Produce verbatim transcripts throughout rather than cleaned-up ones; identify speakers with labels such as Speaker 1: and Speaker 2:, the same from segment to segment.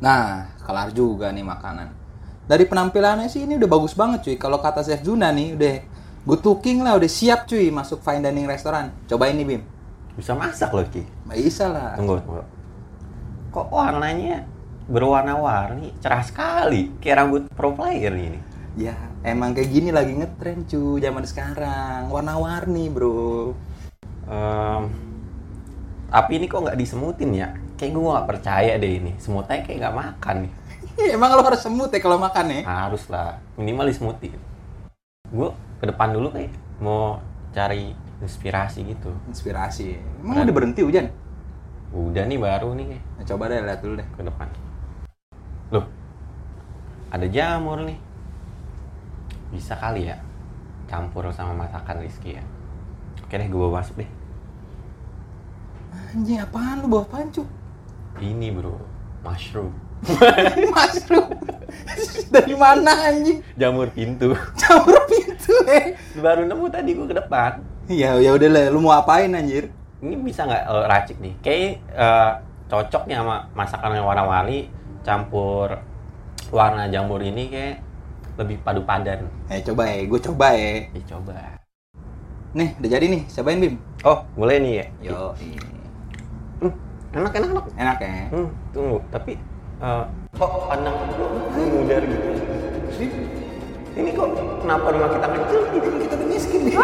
Speaker 1: Nah, kelar juga nih makanan. Dari penampilannya sih ini udah bagus banget cuy. Kalau kata Chef Juna nih udah good looking lah, udah siap cuy masuk fine dining restoran. Cobain nih Bim.
Speaker 2: Bisa masak loh Ki.
Speaker 1: Bisa lah.
Speaker 2: Tunggu, tunggu. Kok warnanya berwarna-warni, cerah sekali. Kayak rambut pro player ini.
Speaker 1: Ya, emang kayak gini lagi ngetren cuy zaman sekarang. Warna-warni bro.
Speaker 2: Um, tapi ini kok nggak disemutin ya? Kayak gue nggak percaya deh ini. Semutnya kayak nggak makan nih.
Speaker 1: Emang lo harus semut ya kalau makan ya?
Speaker 2: Harus lah, minimal disemutin. Gue ke depan dulu kayak mau cari inspirasi gitu.
Speaker 1: Inspirasi. Emang udah berhenti hujan?
Speaker 2: Udah nih baru nih.
Speaker 1: Nah, coba deh lihat dulu deh
Speaker 2: ke depan. Loh, ada jamur nih. Bisa kali ya campur sama masakan Rizky ya. Oke deh, gue bawa masuk deh.
Speaker 1: Anjing, apaan lu bawa apaan cu?
Speaker 2: Ini bro, mushroom.
Speaker 1: Mushroom? Dari mana anjing?
Speaker 2: Jamur pintu.
Speaker 1: Jamur pintu eh?
Speaker 2: Baru nemu tadi gue ke depan.
Speaker 1: Iya, ya udah lah, lu mau apain anjir?
Speaker 2: Ini bisa nggak uh, racik nih? Kayak uh, cocok nih sama masakan yang warna-warni campur warna jamur ini kayak lebih padu padan.
Speaker 1: Eh coba ya, gue coba ya.
Speaker 2: Ya coba.
Speaker 1: Nih, udah jadi nih, cobain Bim.
Speaker 2: Oh, boleh nih ya?
Speaker 1: Yo, ini.
Speaker 2: Hmm, enak, enak, enak.
Speaker 1: Enak ya?
Speaker 2: Hmm, tunggu, tapi uh, kok pandang gue mudar gitu? Ini kok kenapa rumah kita kecil?
Speaker 1: Ini kita udah miskin nih.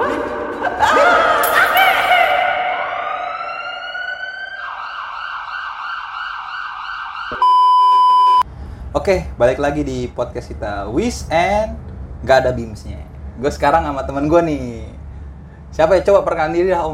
Speaker 1: Oke, balik lagi di podcast kita Wish and gak ada Bimsnya. Gue sekarang sama temen gue nih. Siapa ya? Coba perkenalkan diri dah Om.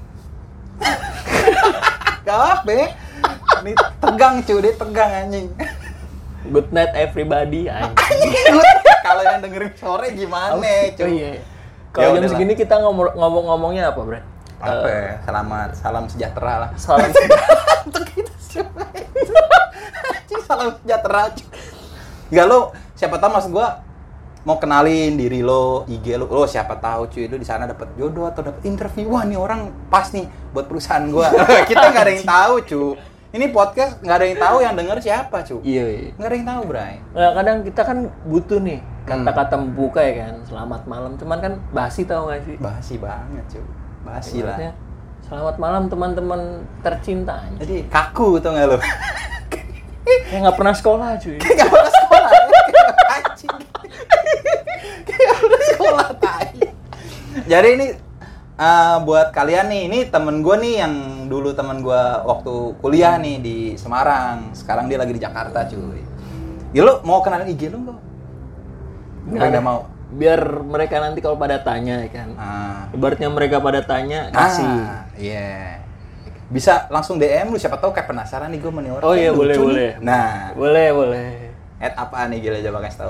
Speaker 1: Gak apa ya? Ini tegang cuy, dia tegang anjing.
Speaker 3: Good night everybody anjing.
Speaker 1: Kalau yang dengerin sore gimana cuy?
Speaker 3: Oh iya. Kalau jam segini kita ngomong- ngomong-ngomongnya apa, Bre?
Speaker 1: Apa ya? Selamat, salam sejahtera lah.
Speaker 3: Salam
Speaker 1: Untuk kita semua. Anjing, salam sejahtera cuy. Enggak lo, siapa tahu maksud gue mau kenalin diri lo, I G lo, lo siapa tahu cuy lo di sana dapat jodoh atau dapat interview. Wah, nih orang pas nih buat perusahaan gue. Kita nggak ada yang tahu cuy. Ini podcast nggak ada yang tahu yang denger siapa cuy.
Speaker 3: Iya, iya.
Speaker 1: Nggak ada yang tahu, Bray.
Speaker 3: Nah, kadang kita kan butuh nih kata-kata membuka ya kan. Selamat malam. Cuman kan basi tau gak sih?
Speaker 1: Basi banget cuy. Basi lah.
Speaker 3: Ibaratnya, selamat malam teman-teman tercinta. anjing.
Speaker 1: Jadi kaku tuh nggak lo?
Speaker 3: Kayak nggak pernah sekolah cuy.
Speaker 1: Kayak pernah sekolah. Anjing. Kayak pernah sekolah tai. Jadi ini uh, buat kalian nih, ini temen gue nih yang dulu temen gue waktu kuliah nih di Semarang. Sekarang dia lagi di Jakarta cuy. Ya lo mau kenalin I G lo nggak? Nggak ada mau.
Speaker 3: Biar mereka nanti kalau pada tanya ya kan.
Speaker 1: Ah.
Speaker 3: Ibaratnya mereka pada tanya kasih.
Speaker 1: Ah, iya. Bisa langsung D M lu, siapa tahu kayak penasaran nih gue mau nih orang.
Speaker 3: Oh iya,
Speaker 1: lucu
Speaker 3: boleh,
Speaker 1: nih.
Speaker 3: boleh.
Speaker 1: Nah,
Speaker 3: Boleh, boleh.
Speaker 1: add apaan nih gila coba kasih tahu.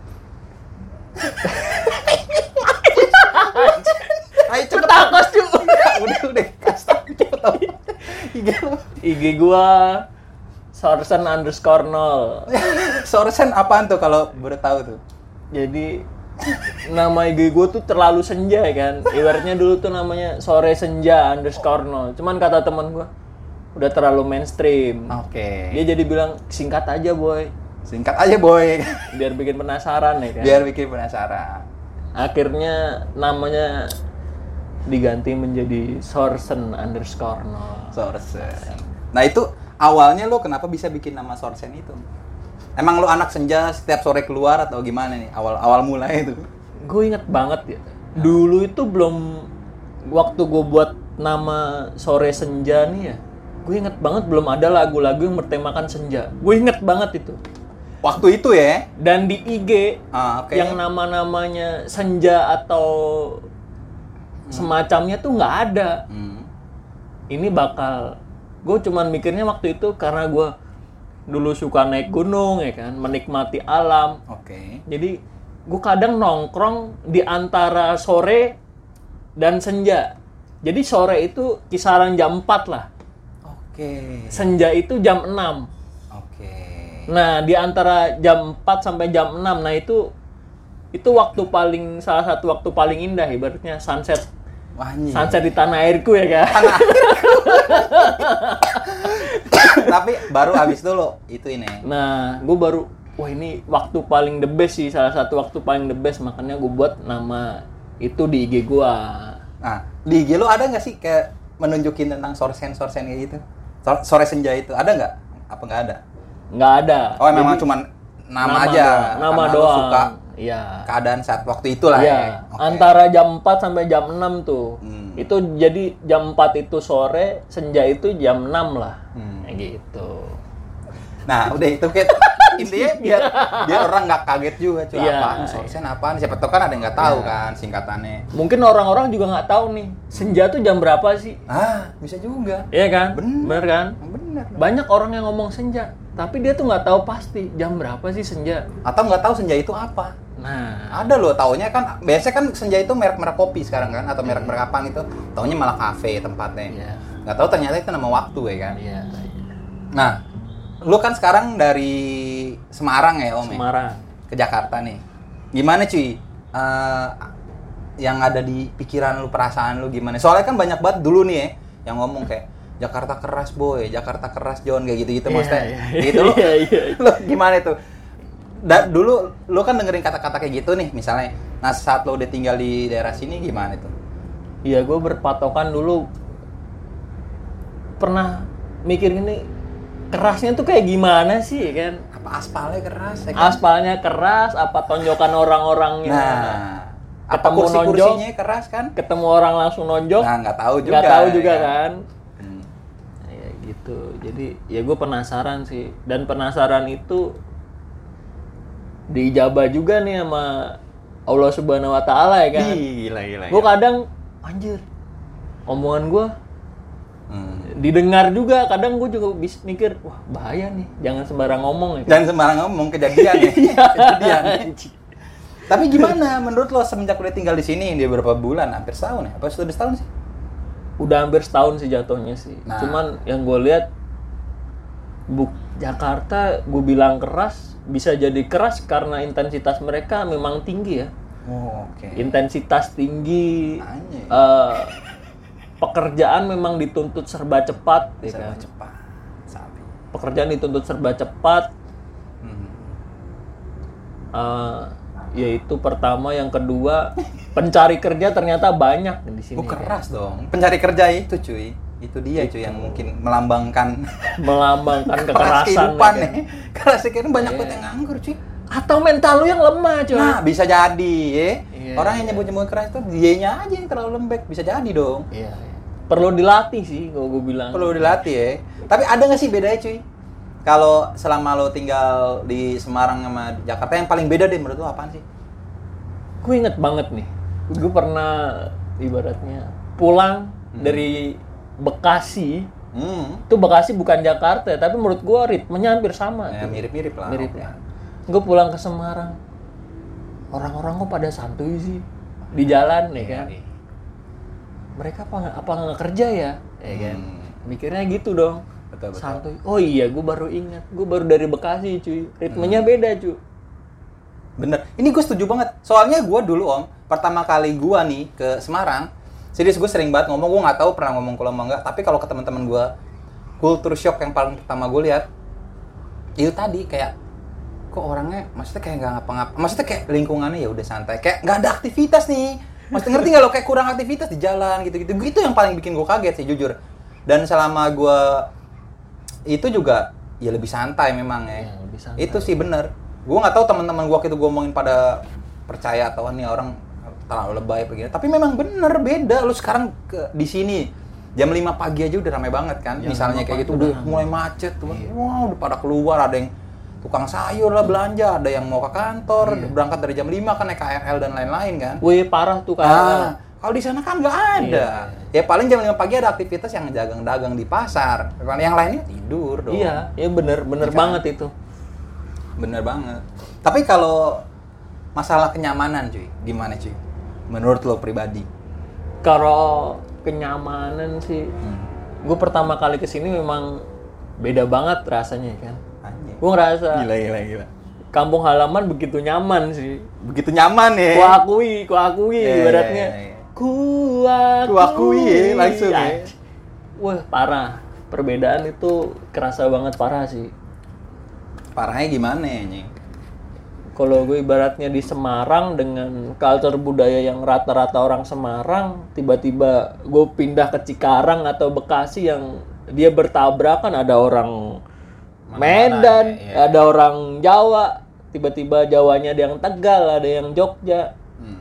Speaker 1: Ayo cepet
Speaker 3: Takos cuy.
Speaker 1: udah udah kasih tahu cepet tahu. I G lu.
Speaker 3: I G gua Sorsen underscore nol.
Speaker 1: Sorsen apaan tuh kalau baru tahu tuh?
Speaker 3: Jadi nama I G gue tuh terlalu senja ya kan. Ibaratnya dulu tuh namanya sore senja underscore nol. Cuman kata teman gue udah terlalu mainstream.
Speaker 1: Oke.
Speaker 3: Dia jadi bilang singkat aja boy.
Speaker 1: Singkat aja boy.
Speaker 3: Biar bikin penasaran ya kan.
Speaker 1: Biar bikin penasaran.
Speaker 3: Akhirnya namanya diganti menjadi Sorsen underscore nol.
Speaker 1: Sorsen. Nah itu awalnya lo kenapa bisa bikin nama Sorsen itu? Emang lo anak senja setiap sore keluar atau gimana nih awal awal mulai itu?
Speaker 3: Gue inget banget ya. Dulu itu belum waktu gue buat nama sore senja nih ya. Gue inget banget belum ada lagu-lagu yang bertemakan senja. Gue inget banget itu.
Speaker 1: Waktu itu ya?
Speaker 3: Dan di I G
Speaker 1: Ah, oke.
Speaker 3: yang nama-namanya senja atau semacamnya tuh nggak ada.
Speaker 1: Hmm.
Speaker 3: Ini bakal, gue cuman mikirnya waktu itu karena gue dulu suka naik gunung ya kan, menikmati alam.
Speaker 1: Oke.
Speaker 3: Jadi gue kadang nongkrong di antara sore dan senja. Jadi sore itu kisaran jam empat lah.
Speaker 1: Oke.
Speaker 3: Senja itu jam enam.
Speaker 1: Oke.
Speaker 3: Nah, di antara jam empat sampai jam enam, nah itu itu waktu paling salah satu waktu paling indah ibaratnya sunset.
Speaker 1: Wah, anjing.
Speaker 3: Sunset di tanah airku ya kan.
Speaker 1: Tapi baru habis dulu itu ini.
Speaker 3: Nah, gue baru, wah ini waktu paling the best sih, salah satu waktu paling the best, makanya gue buat nama itu di I G gue.
Speaker 1: Nah, di I G lu ada nggak sih kayak menunjukin tentang sorsen-sorsen kayak gitu? Sore senja itu ada nggak? Apa nggak ada?
Speaker 3: Nggak ada.
Speaker 1: Oh, memang cuma nama, nama aja.
Speaker 3: Doang. Nama
Speaker 1: doang.
Speaker 3: doang.
Speaker 1: Suka
Speaker 3: iya.
Speaker 1: Keadaan saat waktu itulah
Speaker 3: iya.
Speaker 1: ya. Okay.
Speaker 3: Antara jam empat sampai jam enam tuh.
Speaker 1: Hmm.
Speaker 3: Itu jadi jam empat itu sore, senja itu jam enam lah.
Speaker 1: Hmm.
Speaker 3: Kayak gitu.
Speaker 1: Nah, udah itu kayak intinya biar biar orang nggak kaget juga cuy.
Speaker 3: Iya.
Speaker 1: Apaan sorsen apaan? Siapa tahu kan ada yang nggak tahu
Speaker 3: Iya.
Speaker 1: kan singkatannya.
Speaker 3: Mungkin orang-orang juga nggak tahu nih, senja tuh jam berapa sih?
Speaker 1: Ah, bisa juga.
Speaker 3: Iya kan?
Speaker 1: Bener.
Speaker 3: Bener kan?
Speaker 1: Bener.
Speaker 3: Banyak orang yang ngomong senja, tapi dia tuh nggak tahu pasti jam berapa sih senja.
Speaker 1: Atau nggak tahu senja itu apa?
Speaker 3: Nah,
Speaker 1: Ada loh, taunya kan biasanya kan senja itu merek-merek kopi sekarang kan atau merek-merek apaan itu. Taunya malah kafe tempatnya.
Speaker 3: Iya.
Speaker 1: Nggak tahu ternyata itu nama waktu ya kan.
Speaker 3: iya.
Speaker 1: Nah, lu kan sekarang dari Semarang ya Om ya?
Speaker 3: Semarang.
Speaker 1: Ke Jakarta nih. Gimana cuy? Eh, yang ada di pikiran lu, perasaan lu gimana? Soalnya kan banyak banget dulu nih ya yang ngomong kayak Jakarta keras boy, Jakarta keras John kayak gitu-gitu
Speaker 3: Iya,
Speaker 1: maksudnya.
Speaker 3: iya,
Speaker 1: Gitu lu.
Speaker 3: iya, iya.
Speaker 1: Lu gimana itu? Da, dulu lu kan dengerin kata-kata kayak gitu nih misalnya. Nah, saat lu udah tinggal di daerah sini gimana itu?
Speaker 3: Iya, gue berpatokan dulu pernah mikir gini, kerasnya tuh kayak gimana sih, ya kan?
Speaker 1: Apa aspalnya keras ya kan?
Speaker 3: Aspalnya keras, apa tonjokan orang-orangnya?
Speaker 1: Nah, apa
Speaker 3: ketemu
Speaker 1: kursi-kursinya keras kan?
Speaker 3: Ketemu orang langsung nonjok?
Speaker 1: Nah, nggak tahu juga.
Speaker 3: Nggak tahu juga
Speaker 1: ya.
Speaker 3: kan?
Speaker 1: Hmm.
Speaker 3: Ya gitu. Jadi ya gue penasaran sih. Dan penasaran itu diijabah juga nih sama Allah Subhanahu Wa Taala ya kan?
Speaker 2: Gila, gila.
Speaker 3: Gue
Speaker 2: gila.
Speaker 3: kadang anjir, omongan gue
Speaker 1: Hmm.
Speaker 3: didengar juga. Kadang gue juga bisa mikir, wah bahaya nih, jangan sembarang ngomong ya.
Speaker 1: Jangan sembarang ngomong kejadian ya. Kejadian. Tapi gimana menurut lo semenjak udah tinggal di sini dia berapa bulan? Hampir setahun ya? Apa sudah setahun sih?
Speaker 3: Udah hampir setahun sih jatuhnya sih.
Speaker 1: Nah.
Speaker 3: Cuman yang gue lihat, bu Jakarta gue bilang keras, bisa jadi keras karena intensitas mereka memang tinggi ya.
Speaker 1: Oh, oke.
Speaker 3: Intensitas tinggi.
Speaker 1: Anjay.
Speaker 3: eh, pekerjaan memang dituntut serba cepat, ya
Speaker 1: Serba
Speaker 3: kan?
Speaker 1: cepat. Sapi.
Speaker 3: Pekerjaan dituntut serba cepat.
Speaker 1: Hmm.
Speaker 3: eh, yaitu pertama, yang kedua pencari kerja ternyata banyak di sini.
Speaker 1: Oh, keras dong. Pencari kerja itu cuy. Itu dia cuy yang mungkin melambangkan
Speaker 3: Melambangkan
Speaker 1: keras
Speaker 3: kekerasan.
Speaker 1: kehidupan
Speaker 3: ya
Speaker 1: nih.
Speaker 3: kan?
Speaker 1: Keras kan banyak
Speaker 3: Iya.
Speaker 1: banget yang nganggur cuy.
Speaker 3: Atau mental lu yang lemah, coy.
Speaker 1: Nah, bisa jadi ya.
Speaker 3: Iya,
Speaker 1: Orang yang
Speaker 3: iya.
Speaker 1: nyebut-nyebut keras itu dianya aja yang terlalu lembek. Bisa jadi dong.
Speaker 3: Iya, iya. Perlu dilatih sih kalau gue bilang.
Speaker 1: Perlu dilatih ya. Tapi ada nggak sih bedanya cuy? Kalau selama lo tinggal di Semarang sama Jakarta yang paling beda deh menurut lo apaan sih?
Speaker 3: Gue inget banget nih. Gue pernah ibaratnya pulang
Speaker 1: Hmm.
Speaker 3: dari Bekasi.
Speaker 1: Hmm.
Speaker 3: Itu Bekasi bukan Jakarta, ya, tapi menurut gue ritmenya hampir sama.
Speaker 1: Ya,
Speaker 3: tuh.
Speaker 1: mirip-mirip lah.
Speaker 3: Mirip
Speaker 1: Oke.
Speaker 3: lah. Gue pulang ke Semarang. Orang-orang kok pada santuy sih di jalan, ya kan?
Speaker 1: Iya.
Speaker 3: Mereka apa nggak apa nggak kerja ya, ya kan?
Speaker 1: Hmm.
Speaker 3: Mikirnya gitu dong.
Speaker 1: Betul, betul.
Speaker 3: Santuy. Oh iya, gue baru ingat. Gue baru dari Bekasi, cuy. Ritmenya
Speaker 1: Hmm.
Speaker 3: beda, cuy.
Speaker 1: Bener. Ini gue setuju banget. Soalnya gue dulu om, pertama kali gue nih ke Semarang, serius gue sering banget ngomong. Gue nggak tahu pernah ngomong ke lo apa enggak. Tapi kalau ke teman-teman gue, culture shock yang paling pertama gue lihat itu tadi kayak kok orangnya, maksudnya kayak nggak ngapa-ngapa. Maksudnya kayak lingkungannya ya udah santai. Kayak nggak ada aktivitas nih. Maksudnya ngerti nggak lo kayak kurang aktivitas di jalan gitu-gitu. Itu yang paling bikin gue kaget sih jujur. Dan selama gue itu juga ya lebih santai memang ya.
Speaker 3: Ya, lebih santai.
Speaker 1: Itu sih bener. Gue nggak tahu teman-teman gue waktu itu gue ngomongin pada percaya atau nih orang terlalu lebay begini. Tapi memang bener beda. Lu sekarang ke di sini jam lima pagi aja udah ramai banget kan.
Speaker 3: Jam
Speaker 1: Misalnya
Speaker 3: lima
Speaker 1: kayak
Speaker 3: pagi
Speaker 1: gitu
Speaker 3: udah
Speaker 1: udah
Speaker 3: ramai.
Speaker 1: mulai macet tuh.
Speaker 3: Iya.
Speaker 1: Wah, udah pada keluar, ada yang tukang sayur lah belanja, ada yang mau ke kantor,
Speaker 3: Iya.
Speaker 1: berangkat dari jam lima kan naik K R L dan lain-lain kan.
Speaker 3: Wih, parah tuh kan.
Speaker 1: Ah, kalau di sana kan nggak ada.
Speaker 3: Iya.
Speaker 1: Ya paling jam lima pagi ada aktivitas yang dagang-dagang di pasar. Kalau yang lainnya tidur dong.
Speaker 3: Iya, ya bener, bener
Speaker 1: Iya kan?
Speaker 3: banget itu.
Speaker 1: Bener banget. Tapi kalau masalah kenyamanan cuy, gimana cuy? Menurut lo pribadi?
Speaker 3: Kalau kenyamanan sih,
Speaker 1: Hmm.
Speaker 3: gue pertama kali kesini memang beda banget rasanya kan.
Speaker 1: Anjing.
Speaker 3: Gue ngerasa
Speaker 1: Gila, gila, gila.
Speaker 3: kampung halaman begitu nyaman sih.
Speaker 1: Begitu nyaman ya.
Speaker 3: Ku akui, ku akui
Speaker 1: Iya,
Speaker 3: ibaratnya.
Speaker 1: iya, iya.
Speaker 3: Ku akui.
Speaker 1: Ku akui ya, langsung ya.
Speaker 3: Wah, parah. perbedaan itu kerasa banget parah sih.
Speaker 1: Parahnya gimana ya, Nying?
Speaker 3: Kalau gue ibaratnya di Semarang dengan culture budaya yang rata-rata orang Semarang, tiba-tiba gue pindah ke Cikarang atau Bekasi yang dia bertabrakan, ada orang Medan,
Speaker 1: ya, iya.
Speaker 3: ada orang Jawa, tiba-tiba Jawanya ada yang Tegal, ada yang Jogja.
Speaker 1: Hmm.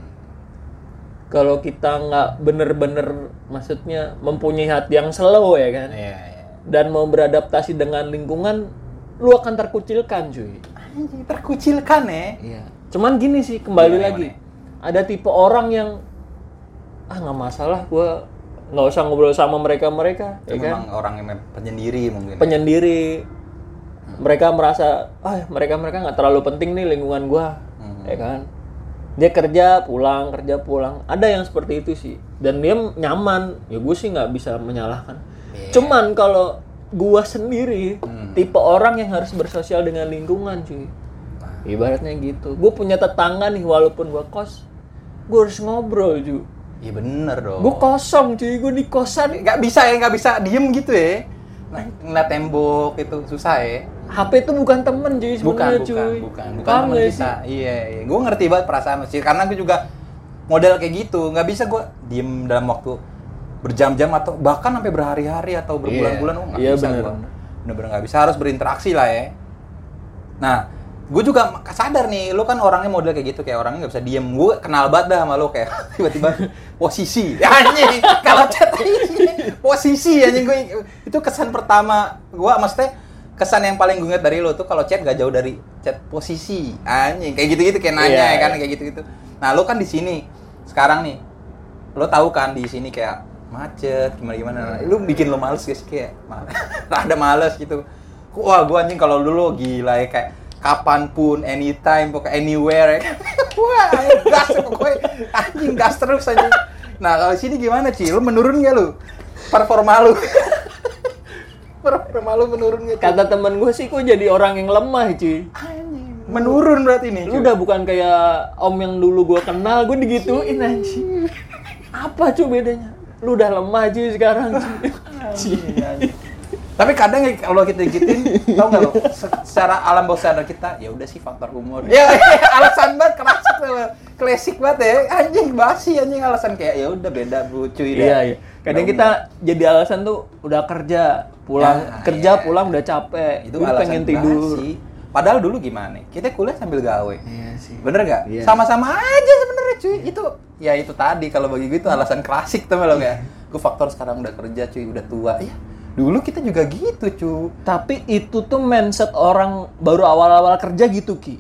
Speaker 3: Kalau kita nggak bener-bener, maksudnya mempunyai hati yang slow ya kan,
Speaker 1: Iya, iya.
Speaker 3: dan mau beradaptasi dengan lingkungan, lu akan terkucilkan cuy.
Speaker 1: Anjing, terkucilkan ya.
Speaker 3: Iya. Cuman gini sih, kembali
Speaker 1: Gimana,
Speaker 3: lagi.
Speaker 1: gimana?
Speaker 3: Ada tipe orang yang ah nggak masalah, gua nggak usah ngobrol sama mereka-mereka,
Speaker 1: Itu
Speaker 3: ya kan?
Speaker 1: memang orang yang penyendiri mungkin.
Speaker 3: Penyendiri. Mereka merasa, ah mereka-mereka nggak terlalu penting nih lingkungan gua,
Speaker 1: Hmm.
Speaker 3: ya kan? Dia kerja pulang, kerja pulang. Ada yang seperti itu sih. Dan dia nyaman. Ya gue sih nggak bisa menyalahkan.
Speaker 1: Yeah.
Speaker 3: Cuman kalau gua sendiri,
Speaker 1: Hmm.
Speaker 3: tipe orang yang harus bersosial dengan lingkungan cuy. Ibaratnya gitu. Gue punya tetangga nih, walaupun gua kos, gue harus ngobrol cuy.
Speaker 1: Iya bener dong.
Speaker 3: Gue kosong cuy, gue di kosan.
Speaker 1: nggak bisa ya, nggak bisa diem gitu ya. Nah, ngeliat tembok itu susah ya.
Speaker 3: H P itu bukan temen cuy
Speaker 1: Bukan,
Speaker 3: sebenarnya
Speaker 1: bukan,
Speaker 3: cuy.
Speaker 1: bukan, bukan
Speaker 3: Paham
Speaker 1: teman
Speaker 3: nggak
Speaker 1: kita. Iya, iya. Gue ngerti banget perasaan sih, karena gue juga model kayak gitu. Nggak bisa gue diem dalam waktu berjam-jam atau bahkan sampai berhari-hari atau berbulan-bulan. Oh, nggak
Speaker 3: Iya,
Speaker 1: bisa
Speaker 3: bener.
Speaker 1: gue. Bener-bener nggak bisa, harus berinteraksi lah ya. Nah, gue juga sadar nih, lu kan orangnya model kayak gitu, kayak orangnya nggak bisa diem. Gue kenal banget dah sama lu, kayak tiba-tiba posisi. Ya, anjing, kalau chat posisi anjing, gue itu kesan pertama gue, maksudnya kesan yang paling gue ingat dari lu tuh kalau chat gak jauh dari chat posisi. Anjing, kayak gitu-gitu, kayak nanya
Speaker 3: Iya,
Speaker 1: ya kan,
Speaker 3: iya.
Speaker 1: kayak gitu-gitu. Nah, lu kan di sini sekarang nih, lu tahu kan di sini kayak macet gimana-gimana. Lu bikin lu males guys, kayak rada males gitu. Wah, gue anjing kalau dulu gila ya, kayak kapanpun, anytime, pokoknya anywhere ya. Wah, gas pokoknya, anjing gas terus anjing. Nah, kalau sini gimana Ci? Lu menurun gak lu? Performa lu? Performa lu menurun gak? Ci?
Speaker 3: Kata temen gue sih, kok jadi orang yang lemah cuy.
Speaker 1: Anjing, menurun berarti nih.
Speaker 3: Lu udah bukan kayak om yang dulu gue kenal, gue digituin anjing. Apa cuy bedanya? Lu udah lemah cuy sekarang cuy.
Speaker 1: Anjing. Tapi kadang ya, kalau kita gituin, tau nggak lo? Secara alam bawah sadar kita, ya udah sih faktor humor. Ya, alasan banget klasik lo, klasik banget ya. Anjing basi, anjing alasan kayak ya udah beda lucu ini.
Speaker 3: Iya, iya. Kadang kita jadi alasan tuh udah kerja, pulang
Speaker 1: Ya,
Speaker 3: kerja
Speaker 1: iya.
Speaker 3: pulang udah capek,
Speaker 1: Itu
Speaker 3: gua
Speaker 1: alasan
Speaker 3: pengen tidur.
Speaker 1: basi. Padahal dulu gimana? Kita kuliah sambil gawe.
Speaker 3: Iya sih.
Speaker 1: Bener nggak?
Speaker 3: Iya.
Speaker 1: Sama-sama aja sebenarnya cuy. Itu ya itu tadi kalau bagi gue itu alasan klasik tuh lo ya. Gue faktor sekarang udah kerja cuy, udah tua. Ya, dulu kita juga gitu cuy.
Speaker 3: Tapi itu tuh mindset orang baru awal-awal kerja gitu Ki.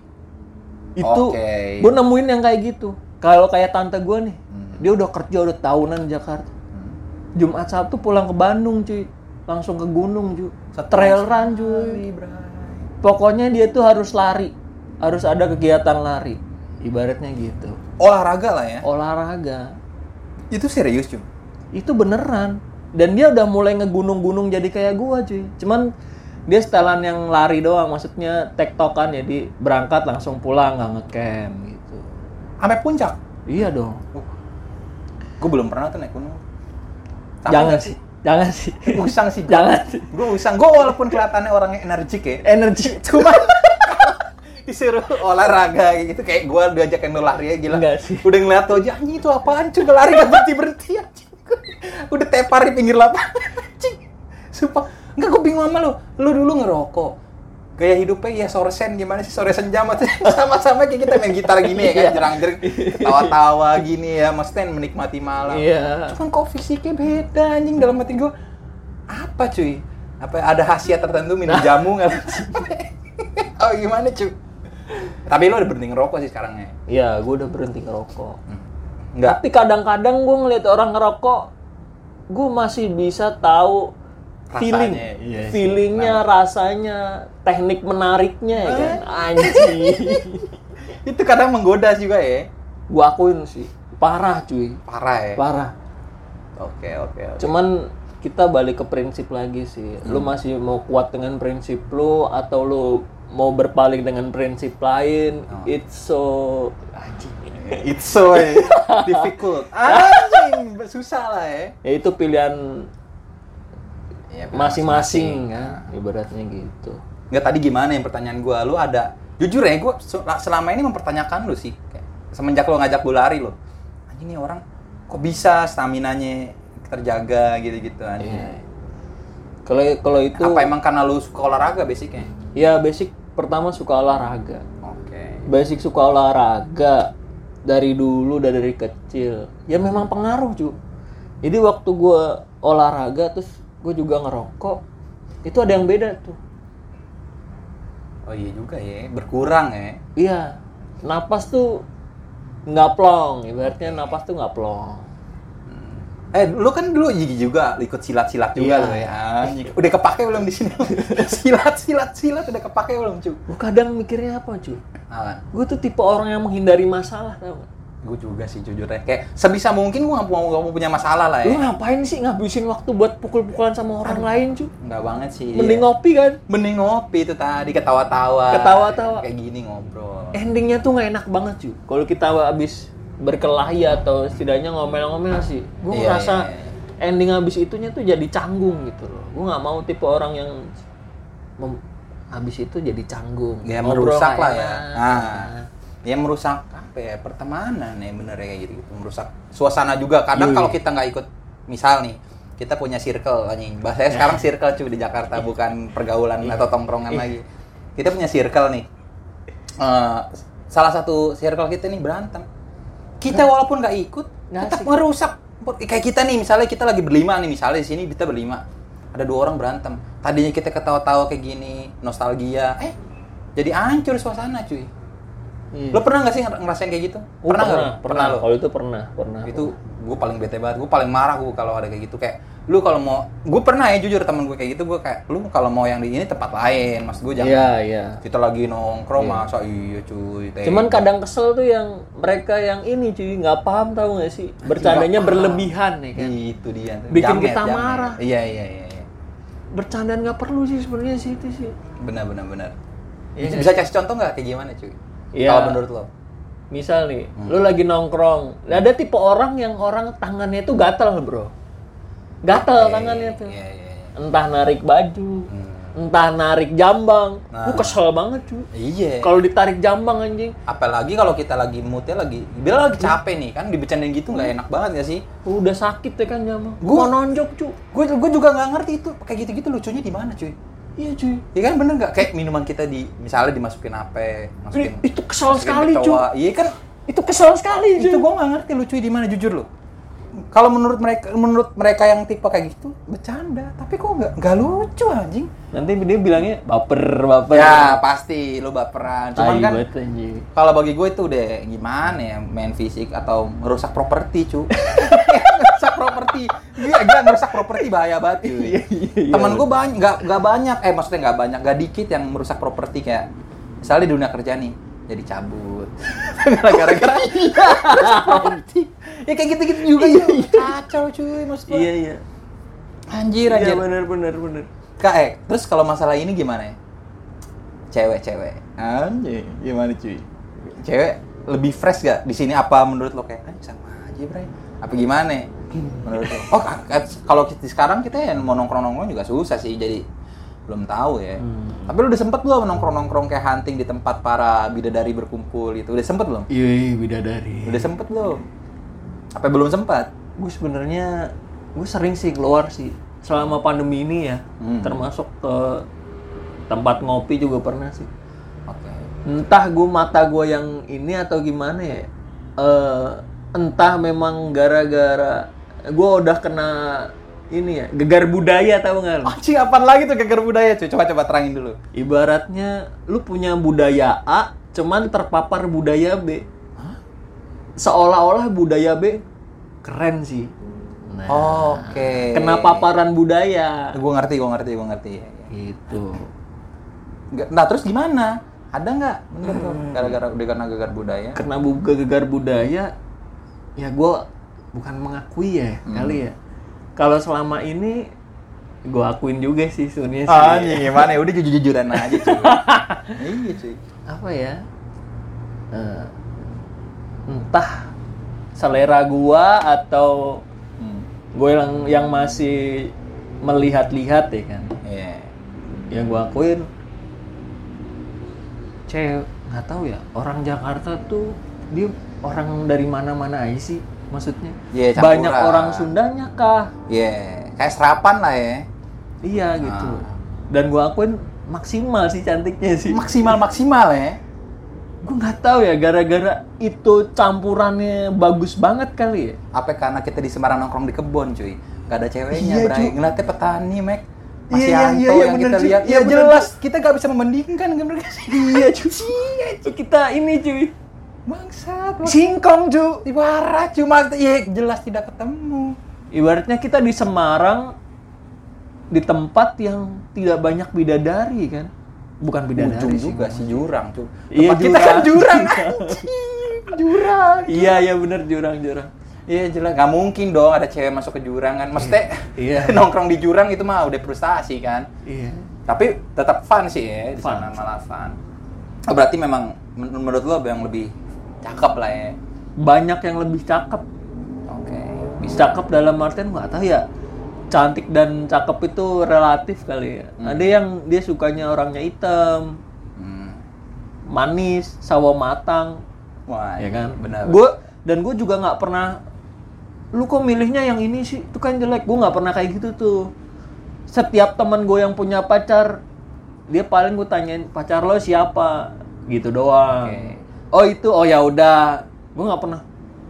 Speaker 3: Itu
Speaker 1: Oke.
Speaker 3: gue nemuin yang kayak gitu. Kalau kayak tante gue nih,
Speaker 1: Hmm.
Speaker 3: dia udah kerja udah tahunan di Jakarta. Jumat Sabtu pulang ke Bandung cuy, langsung ke gunung cuy, trail run cuy. Pokoknya dia tuh harus lari, harus ada kegiatan lari. Ibaratnya gitu.
Speaker 1: Olahraga lah ya.
Speaker 3: Olahraga.
Speaker 1: Itu serius cuy.
Speaker 3: Itu beneran. Dan dia udah mulai ngegunung-gunung jadi kayak gua cuy. Cuman dia setelan yang lari doang, maksudnya tektokan, jadi berangkat langsung pulang, nggak ngecamp gitu.
Speaker 1: Sampai puncak.
Speaker 3: Iya dong.
Speaker 1: Gue belum pernah tuh naik gunung. Tapi
Speaker 3: Jangan
Speaker 1: nggak
Speaker 3: sih, jangan sih.
Speaker 1: Usang sih.
Speaker 3: Jangan sih.
Speaker 1: Gue usang. Gue walaupun kelihatannya orangnya energik ya.
Speaker 3: Energi.
Speaker 1: Cuma disuruh olahraga kayak gitu, kayak gue diajakin lu lari ya gila.
Speaker 3: Enggak sih.
Speaker 1: Udah ngeliat tuh aja, anjing itu apaan cuy, lari gak berhenti-berhenti anjing. Udah tepar di pinggir lapangan anjing. Sumpah. Enggak, gue bingung sama lu. Lu dulu ngerokok. Gaya hidupnya ya sore sen gimana sih, sore senja sama-sama kayak kita main gitar gini ya kan, jerang-jering, tawa-tawa gini ya, maksudnya menikmati malam.
Speaker 3: Iya.
Speaker 1: Cuman kok fisiknya beda anjing, dalam hati gue. Apa cuy? Apa ada khasiat tertentu minum jamu nggak? Oh gimana cuy? Tapi lo udah berhenti ngerokok sih sekarang ya?
Speaker 3: Iya, gue udah berhenti ngerokok.
Speaker 1: Enggak.
Speaker 3: Tapi kadang-kadang gue ngeliat orang ngerokok, gue masih bisa tahu feeling,
Speaker 1: Rasanya, iya sih.
Speaker 3: feelingnya, rasanya, teknik menariknya ya kan, anjing.
Speaker 1: Itu kadang menggoda juga ya?
Speaker 3: Gue akuin sih, parah cuy,
Speaker 1: Parah ya?
Speaker 3: parah.
Speaker 1: Oke oke oke.
Speaker 3: Cuman kita balik ke prinsip lagi sih. Lu masih mau kuat dengan prinsip lu atau lu mau berpaling dengan prinsip lain?
Speaker 1: Oh.
Speaker 3: It's so anjing.
Speaker 1: It's so eh, difficult. Anjing, susah lah ya.
Speaker 3: Ya itu pilihan
Speaker 1: Ya,
Speaker 3: masing-masing kan, ibaratnya gitu.
Speaker 1: Nggak, tadi gimana yang pertanyaan gue? Lu ada, jujur ya, gue selama ini mempertanyakan lu sih. Kayak, semenjak lu ngajak gue lari lo, anjing nih orang kok bisa staminanya terjaga gitu-gitu anjing.
Speaker 3: Iya. Kalau kalau itu
Speaker 1: apa emang karena lu suka olahraga basicnya?
Speaker 3: Ya basic pertama suka olahraga.
Speaker 1: Oke. Okay.
Speaker 3: Basic suka olahraga dari dulu, udah dari kecil. Ya memang pengaruh cu. Jadi waktu gue olahraga terus gue juga ngerokok, itu ada yang beda tuh.
Speaker 1: Oh iya juga ya, berkurang ya.
Speaker 3: Iya, napas tuh nggak plong, ibaratnya napas tuh nggak plong.
Speaker 1: Hmm. Eh, lu kan dulu juga ikut silat-silat juga
Speaker 3: Iya.
Speaker 1: lo ya. Udah kepake belum di sini? Silat-silat silat udah kepake belum, cu?
Speaker 3: Gue kadang mikirnya apa cu?
Speaker 1: Ah,
Speaker 3: Gue tuh tipe orang yang menghindari masalah, tau gak?
Speaker 1: gue juga sih jujur ya. Kayak sebisa mungkin gue nggak mau nggak mau punya masalah lah
Speaker 3: Lu
Speaker 1: ya.
Speaker 3: ngapain sih ngabisin waktu buat pukul-pukulan sama orang lain cu?
Speaker 1: Nggak banget sih.
Speaker 3: Mending
Speaker 1: iya.
Speaker 3: ngopi kan?
Speaker 1: Mending ngopi itu tadi, ketawa-tawa.
Speaker 3: Ketawa-tawa.
Speaker 1: Kayak gini ngobrol.
Speaker 3: Endingnya tuh nggak enak banget cu. Kalau kita abis berkelahi atau setidaknya ngomel-ngomel sih, gue
Speaker 1: Iya,
Speaker 3: ngerasa
Speaker 1: iya, iya.
Speaker 3: ending abis itunya tuh jadi canggung gitu loh. Gue nggak mau tipe orang yang mem- abis itu jadi canggung.
Speaker 1: Ya
Speaker 3: Ngobrol
Speaker 1: merusak
Speaker 3: nggak
Speaker 1: lah ya.
Speaker 3: enak.
Speaker 1: Nah, ya merusak apa ya, pertemanan ya bener ya kayak gitu, gitu. Merusak suasana juga. Kadang
Speaker 3: Yui.
Speaker 1: kalau kita nggak ikut, misal nih kita punya circle anjing. Bahasanya sekarang circle cuy di Jakarta, bukan pergaulan atau tongkrongan lagi. Kita punya circle nih. Eh, salah satu circle kita nih berantem. Kita walaupun nggak ikut,
Speaker 3: Nggak
Speaker 1: tetap
Speaker 3: asik.
Speaker 1: merusak. Kayak kita nih, misalnya kita lagi berlima nih, misalnya di sini kita berlima. Ada dua orang berantem. Tadinya kita ketawa-tawa kayak gini, nostalgia. Eh, jadi hancur suasana cuy.
Speaker 3: Iya.
Speaker 1: Lo pernah nggak sih ngerasain kayak gitu?
Speaker 3: Oh,
Speaker 1: pernah
Speaker 3: pernah,
Speaker 1: nggak?
Speaker 3: pernah.
Speaker 1: lo?
Speaker 3: Kalau itu pernah, pernah.
Speaker 1: Itu gue paling bete banget, gue paling marah gue kalau ada kayak gitu. Kayak lu kalau mau, gue pernah ya jujur temen gue kayak gitu, gue kayak lu kalau mau yang di ini tempat lain, mas gue jangan.
Speaker 3: Iya, iya.
Speaker 1: Kita lagi nongkrong
Speaker 3: Iya.
Speaker 1: masa iya cuy. tega.
Speaker 3: Cuman kadang kesel tuh yang mereka yang ini cuy nggak paham, tahu nggak sih? Bercandanya
Speaker 1: Nggak paham.
Speaker 3: berlebihan ya kan.
Speaker 1: Itu dia. tuh.
Speaker 3: Bikin
Speaker 1: Jamet,
Speaker 3: kita
Speaker 1: jamet.
Speaker 3: marah.
Speaker 1: Iya iya iya. iya.
Speaker 3: Bercandaan nggak perlu sih sebenarnya sih itu sih.
Speaker 1: Benar benar benar.
Speaker 3: Iya
Speaker 1: bisa,
Speaker 3: kan?
Speaker 1: bisa kasih contoh nggak kayak gimana cuy?
Speaker 3: Iya.
Speaker 1: Kalau menurut lo?
Speaker 3: Misal nih,
Speaker 1: Hmm.
Speaker 3: lu lagi nongkrong, ada tipe orang yang orang tangannya itu gatel bro, gatel
Speaker 1: Oke,
Speaker 3: tangannya tuh,
Speaker 1: Iya iya. iya.
Speaker 3: entah narik baju,
Speaker 1: Hmm.
Speaker 3: entah narik jambang,
Speaker 1: Nah.
Speaker 3: gua kesel banget cuy.
Speaker 1: Iya.
Speaker 3: Kalau ditarik jambang anjing,
Speaker 1: Apalagi kalau kita lagi moodnya lagi, bila lagi capek nih kan, dibecandain gitu nggak enak banget gak sih?
Speaker 3: udah sakit ya kan jambang,
Speaker 1: Gua-
Speaker 3: gua mau nonjok cuy.
Speaker 1: Gue gue juga nggak ngerti itu kayak gitu-gitu lucunya di mana cuy?
Speaker 3: Iya cuy,
Speaker 1: Ya kan bener nggak? Kayak minuman kita di misalnya dimasukin apa? Masukin.
Speaker 3: itu kesel
Speaker 1: masukin
Speaker 3: sekali
Speaker 1: kecoa.
Speaker 3: cuy,
Speaker 1: Iya kan?
Speaker 3: itu kesel sekali cuy.
Speaker 1: Itu gue nggak ngerti lucunya di mana jujur lo. Kalau menurut mereka menurut mereka yang tipe kayak gitu bercanda, tapi kok nggak nggak lucu anjing?
Speaker 3: Nanti dia bilangnya baper baper.
Speaker 1: Ya pasti lo baperan. Cuman
Speaker 3: Tai
Speaker 1: kan
Speaker 3: banget, anjing.
Speaker 1: kalau bagi gue itu udah gimana ya, main fisik atau merusak properti cu. Merusak properti. Iya, gila merusak properti bahaya banget cuy.
Speaker 3: Iya, iya, iya.
Speaker 1: Temen gue banyak, nggak nggak banyak, eh maksudnya nggak banyak, nggak dikit yang merusak properti kayak misalnya di dunia kerja nih, jadi cabut. Gara-gara properti. Ya kayak gitu-gitu juga ya. Kacau cuy maksud gue.
Speaker 3: Iya iya.
Speaker 1: Anjir
Speaker 3: Iya
Speaker 1: anjir.
Speaker 3: benar benar benar.
Speaker 1: Kak, eh, terus kalau masalah ini gimana ya? Cewek-cewek. Anjir, gimana cuy? Cewek lebih fresh gak di sini apa menurut lo kayak anjir sama aja, Bray? Apa gimana? Menurut lo? Oh, ka- ka- kalau kita sekarang kita yang mau nongkrong-nongkrong juga susah sih, jadi belum tahu ya.
Speaker 3: Hmm.
Speaker 1: Tapi lu udah sempet belum nongkrong-nongkrong kayak hunting di tempat para bidadari berkumpul gitu? Udah sempet belum?
Speaker 3: Iya bidadari.
Speaker 1: Udah sempet belum? Apa belum sempat?
Speaker 3: Gue sebenarnya gue sering sih keluar sih selama pandemi ini ya,
Speaker 1: Hmm.
Speaker 3: termasuk ke tempat ngopi juga pernah sih.
Speaker 1: Oke.
Speaker 3: Entah gue mata gue yang ini atau gimana ya, Eh, entah memang gara-gara gue udah kena ini ya gegar budaya, tahu nggak lu?
Speaker 1: Anjing, apaan lagi tuh gegar budaya cuy? Coba coba terangin dulu.
Speaker 3: Ibaratnya lu punya budaya A, cuman terpapar budaya B. Seolah-olah budaya B keren sih. Nah,
Speaker 1: Oke.
Speaker 3: kena paparan budaya.
Speaker 1: Gue ngerti, gue ngerti, gue ngerti.
Speaker 3: Gitu.
Speaker 1: Nggak- Nah terus gimana? Ada nggak? Bener tuh. Gara-gara udah karena gegar budaya.
Speaker 3: Kena bu- gegar budaya, ya gue bukan mengakui ya
Speaker 1: Hmm.
Speaker 3: kali ya. Kalau selama ini gue akuin juga sih sebenarnya sih.
Speaker 1: Ah, gimana ya? Udah jujur-jujuran aja cuy. Iya cuy.
Speaker 3: Apa ya? Eh, entah selera gua atau
Speaker 1: Hmm.
Speaker 3: gue yang yang masih melihat-lihat ya kan.
Speaker 1: Iya.
Speaker 3: Yang gue akuin cewek nggak tahu ya, orang Jakarta tuh dia orang dari mana-mana aja sih maksudnya.
Speaker 1: Iya,
Speaker 3: banyak
Speaker 1: campuran.
Speaker 3: orang Sundanya kah?
Speaker 1: Iya, kayak serapan lah ya.
Speaker 3: Iya gitu.
Speaker 1: Ah.
Speaker 3: Dan gue akuin maksimal sih cantiknya sih.
Speaker 1: Maksimal maksimal ya.
Speaker 3: Gue nggak tahu ya, gara-gara itu campurannya bagus banget kali ya.
Speaker 1: Apa karena kita di Semarang nongkrong di kebon cuy, gak ada ceweknya,
Speaker 3: Iya,
Speaker 1: Bray.
Speaker 3: cuy.
Speaker 1: Ngeliatnya petani, Mek. Mas
Speaker 3: Iya, iya,
Speaker 1: Yanto
Speaker 3: iya, iya,
Speaker 1: yang
Speaker 3: bener,
Speaker 1: kita
Speaker 3: cuy.
Speaker 1: lihat.
Speaker 3: Iya,
Speaker 1: Ya
Speaker 3: bener,
Speaker 1: jelas, kita gak bisa membandingkan bener gak sih?
Speaker 3: Iya cuy. Kita ini cuy.
Speaker 1: Bangsat,
Speaker 3: Singkong cuy.
Speaker 1: ibarat cuma iya jelas tidak ketemu.
Speaker 3: Ibaratnya kita di Semarang di tempat yang tidak banyak bidadari kan. Bukan bidadari
Speaker 1: Ujung
Speaker 3: sih.
Speaker 1: juga si jurang cuy.
Speaker 3: Iya,
Speaker 1: Tempat kita kan
Speaker 3: jurang.
Speaker 1: jurang anjing. Jurang.
Speaker 3: Iya iya bener jurang-jurang.
Speaker 1: Iya jelas, gak mungkin dong ada cewek masuk ke jurang kan. Maksudnya
Speaker 3: Iya.
Speaker 1: nongkrong di jurang itu mah udah frustasi kan.
Speaker 3: Iya.
Speaker 1: Tapi tetap fun sih ya, di
Speaker 3: Fun.
Speaker 1: sana malah fun. Oh, berarti memang men- menurut lo yang lebih cakep lah ya.
Speaker 3: Banyak yang lebih cakep.
Speaker 1: Oke, bisa.
Speaker 3: Cakep dalam artian nggak tahu ya. Cantik dan cakep itu relatif kali ya.
Speaker 1: Hmm.
Speaker 3: Ada yang dia sukanya orangnya hitam,
Speaker 1: Hmm.
Speaker 3: manis, sawo matang,
Speaker 1: Wah,
Speaker 3: ya kan.
Speaker 1: Benar.
Speaker 3: Gue dan gue juga nggak pernah. Lu kok milihnya yang ini sih? Itu kan jelek. Gue nggak pernah kayak gitu tuh. Setiap teman gue yang punya pacar, dia paling gue tanyain pacar lo siapa, gitu doang.
Speaker 1: Oke.
Speaker 3: Oh itu, oh ya udah. Gue nggak pernah.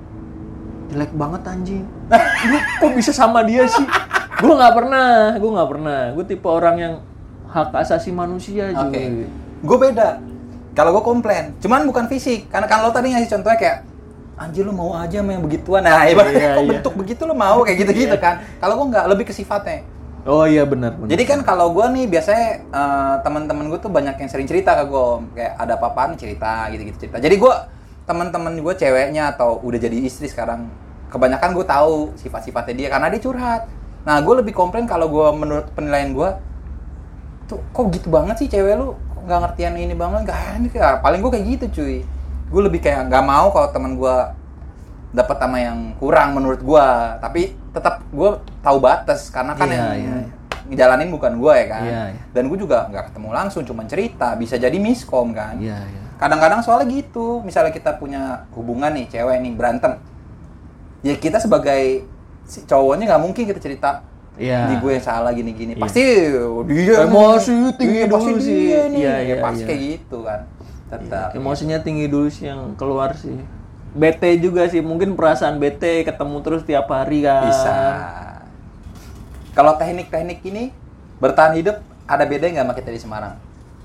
Speaker 3: Jelek banget anjing. Lu kok bisa sama dia sih? Gue nggak pernah. Gue nggak pernah. Gue tipe orang yang hak asasi manusia juga.
Speaker 1: Oke. Gue beda. Kalau gue komplain, cuman bukan fisik. Karena kan lo tadi ngasih contohnya kayak anjir lu mau aja sama yang begituan. Nah, ibaratnya
Speaker 3: Iya,
Speaker 1: kok
Speaker 3: iya.
Speaker 1: bentuk begitu lu mau kayak gitu-gitu kan. Kalau gue nggak, lebih ke sifatnya.
Speaker 3: Oh iya benar. benar.
Speaker 1: Jadi kan kalau gue nih biasanya eh, teman-teman gue tuh banyak yang sering cerita ke gue kayak ada apa-apaan cerita gitu-gitu cerita. Jadi gue teman-teman gue ceweknya atau udah jadi istri sekarang kebanyakan gue tahu sifat-sifatnya dia karena dia curhat. Nah gue lebih komplain kalau gue menurut penilaian gue tuh kok gitu banget sih cewek lu kok nggak ngertian ini banget nggak ini kayak paling gue kayak gitu cuy. Gue lebih kayak nggak mau kalau teman gue dapat sama yang kurang menurut gue, tapi tetap gue tahu batas karena kan
Speaker 3: Iya,
Speaker 1: yang
Speaker 3: iya.
Speaker 1: ngejalanin bukan gue ya kan.
Speaker 3: Iya, iya.
Speaker 1: Dan gue juga nggak ketemu langsung, cuma cerita, bisa jadi miskom kan.
Speaker 3: Iya iya.
Speaker 1: Kadang-kadang soalnya gitu, misalnya kita punya hubungan nih, cewek nih berantem, ya kita sebagai si cowoknya nggak mungkin kita cerita
Speaker 3: Iya.
Speaker 1: di gue yang salah gini-gini.
Speaker 3: Iya.
Speaker 1: Pasti dia
Speaker 3: Emosi
Speaker 1: nih.
Speaker 3: tinggi
Speaker 1: Iya, pasti
Speaker 3: dulu
Speaker 1: dia
Speaker 3: sih.
Speaker 1: nih.
Speaker 3: Iya,
Speaker 1: Ya,
Speaker 3: iya,
Speaker 1: pasti
Speaker 3: iya.
Speaker 1: kayak gitu kan. Tetap.
Speaker 3: Emosinya tinggi dulu sih yang keluar sih. Bete juga sih, mungkin perasaan bete ketemu terus tiap hari kan.
Speaker 1: Bisa. Kalau teknik-teknik ini bertahan hidup ada beda nggak sama kita di Semarang?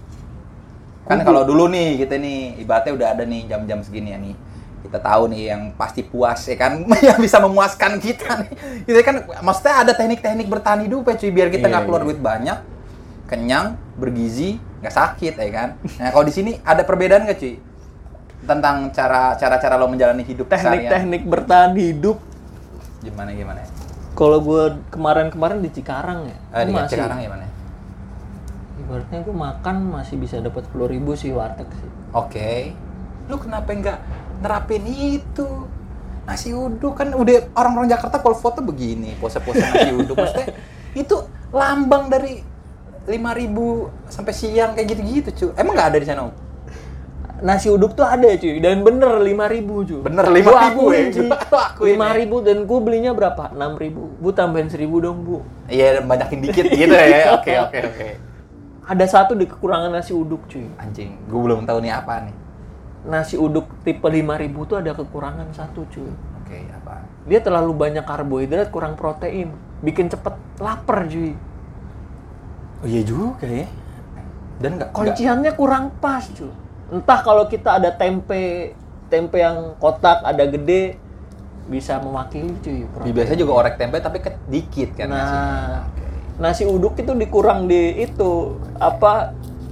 Speaker 1: Kan kalau dulu nih kita nih ibaratnya udah ada nih jam-jam segini ya nih. Kita tahu nih yang pasti puas ya kan, yang bisa memuaskan kita nih. Itu kan maksudnya ada teknik-teknik bertahan hidup ya cuy biar kita
Speaker 3: Iya,
Speaker 1: nggak keluar
Speaker 3: iya.
Speaker 1: duit banyak, kenyang, bergizi, nggak sakit ya kan. Nah kalau di sini ada perbedaan nggak cuy? Tentang cara cara-cara lo menjalani hidup seharian.
Speaker 3: Teknik-teknik bertahan hidup.
Speaker 1: Gimana gimana?
Speaker 3: Kalau gue kemarin-kemarin di Cikarang ya,
Speaker 1: Ah, di
Speaker 3: gua masih,
Speaker 1: Cikarang gimana?
Speaker 3: ibaratnya gue makan masih bisa dapat sepuluh ribu sih warteg sih.
Speaker 1: Oke. Lu kenapa nggak nerapin itu? Nasi uduk kan udah orang-orang Jakarta kalau foto begini, pose-pose nasi uduk. Maksudnya itu lambang dari lima ribu sampai siang kayak gitu-gitu, cuy. Emang nggak ada di sana, Om?
Speaker 3: Nasi uduk tuh ada cuy, dan bener lima ribu cuy.
Speaker 1: Bener lima ribu ya? Lu akuin
Speaker 3: lima
Speaker 1: ya?
Speaker 3: ribu dan gue belinya berapa? enam ribu. Bu tambahin seribu dong bu.
Speaker 1: Iya, banyakin dikit gitu ya. Oke, oke, oke.
Speaker 3: Ada satu di kekurangan nasi uduk cuy.
Speaker 1: Anjing, gue belum tahu nih apa nih.
Speaker 3: Nasi uduk tipe lima ribu tuh ada kekurangan satu cuy.
Speaker 1: Oke, apa?
Speaker 3: Dia terlalu banyak karbohidrat, kurang protein. Bikin cepet lapar cuy.
Speaker 1: Oh iya juga ya. Dan nggak nggak-
Speaker 3: Kunciannya kurang pas cuy. Entah kalau kita ada tempe, tempe yang kotak, ada gede, bisa mewakili cuy. protein.
Speaker 1: biasanya juga orek tempe tapi ke- dikit kan
Speaker 3: Nah,
Speaker 1: nasinya. Oke.
Speaker 3: nasi uduk itu dikurang di itu apa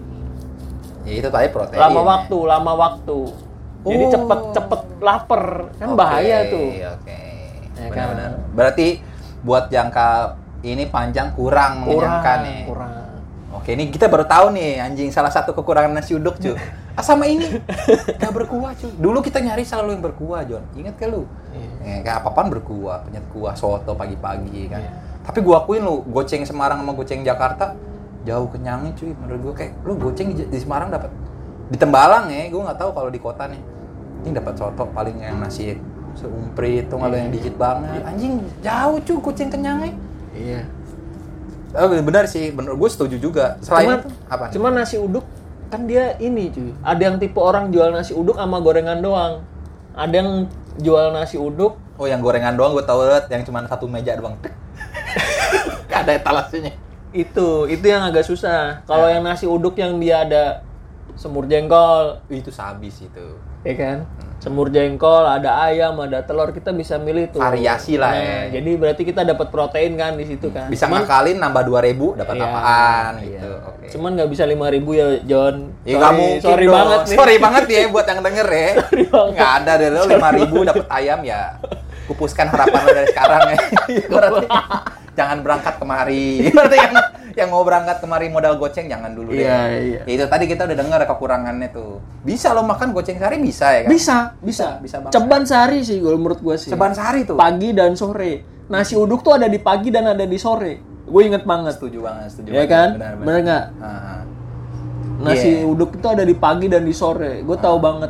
Speaker 1: Ya itu tadi protein.
Speaker 3: lama
Speaker 1: ya.
Speaker 3: waktu, lama waktu. Jadi
Speaker 1: Oh.
Speaker 3: cepet cepet lapar kan
Speaker 1: Oke,
Speaker 3: bahaya tuh.
Speaker 1: Oke.
Speaker 3: Ya
Speaker 1: Benar-benar.
Speaker 3: kan?
Speaker 1: Berarti buat jangka ini panjang kurang mengenyangkan nih.
Speaker 3: kurang.
Speaker 1: Oke, ini kita baru tahu nih anjing salah satu kekurangan nasi uduk, cuy. Ah sama ini gak berkuah, cuy. Dulu kita nyari selalu yang berkuah, Jon. Ingat gak lu?
Speaker 3: Iya.
Speaker 1: Eh, kayak apa-apaan berkuah, penyet kuah soto pagi-pagi kan.
Speaker 3: Iya.
Speaker 1: Tapi gua akuin lu, goceng Semarang sama goceng Jakarta jauh kenyangnya cuy. Menurut gua kayak lu goceng di, di Semarang dapat di Tembalang ya, gua nggak tahu kalau di kota nih. Ini dapat soto paling yang nasi seumprit tuh, kalau yang dikit banget. Anjing jauh cuy goceng kenyangnya.
Speaker 3: Iya.
Speaker 1: Oh, benar sih, benar, gue setuju juga. Selain
Speaker 3: Cuman,
Speaker 1: itu, apa?
Speaker 3: Cuman nasi uduk kan dia ini cuy. Ada yang tipe orang jual nasi uduk sama gorengan doang. Ada yang jual nasi uduk.
Speaker 1: Oh, yang gorengan doang gue tahu banget, yang cuma satu meja doang. Gak ada etalasenya.
Speaker 3: Itu, itu yang agak susah. Kalau yang nasi uduk yang dia ada semur jengkol,
Speaker 1: Itu sabis itu.
Speaker 3: ya kan? Semur jengkol, ada ayam, ada telur, kita bisa milih tuh.
Speaker 1: Variasi lah
Speaker 3: Nah,
Speaker 1: ya.
Speaker 3: Jadi berarti kita dapat protein kan di situ kan.
Speaker 1: Bisa
Speaker 3: Cuman-
Speaker 1: ngakalin nambah dua ribu dapat
Speaker 3: Iya,
Speaker 1: apaan
Speaker 3: iya.
Speaker 1: gitu. Oke.
Speaker 3: Cuman nggak bisa lima ribu ya, John.
Speaker 1: Ya nggak mungkin
Speaker 3: sorry
Speaker 1: dong.
Speaker 3: banget nih.
Speaker 1: Sorry banget ya buat yang denger ya.
Speaker 3: banget.
Speaker 1: Nggak ada deh lo lima ribu dapat ayam ya. Kupuskan harapan lo dari sekarang ya. Berarti jangan berangkat kemari. Berarti yang yang mau berangkat kemari modal goceng jangan dulu deh.
Speaker 3: Iya, iya.
Speaker 1: Ya, itu tadi kita udah denger kekurangannya tuh. Bisa lo makan goceng sehari bisa ya kan?
Speaker 3: Bisa, bisa.
Speaker 1: Bisa banget.
Speaker 3: Ceban sehari sih kalau menurut gua sih.
Speaker 1: Ceban sehari tuh.
Speaker 3: Pagi dan sore. Nasi uduk tuh ada di pagi dan ada di sore. Gue inget banget.
Speaker 1: Setuju banget, setuju
Speaker 3: Iya
Speaker 1: banget.
Speaker 3: kan?
Speaker 1: Benar, benar.
Speaker 3: Bener nggak?
Speaker 1: Ah,
Speaker 3: Nasi
Speaker 1: Iya.
Speaker 3: uduk itu ada di pagi dan di sore. Gue tahu banget.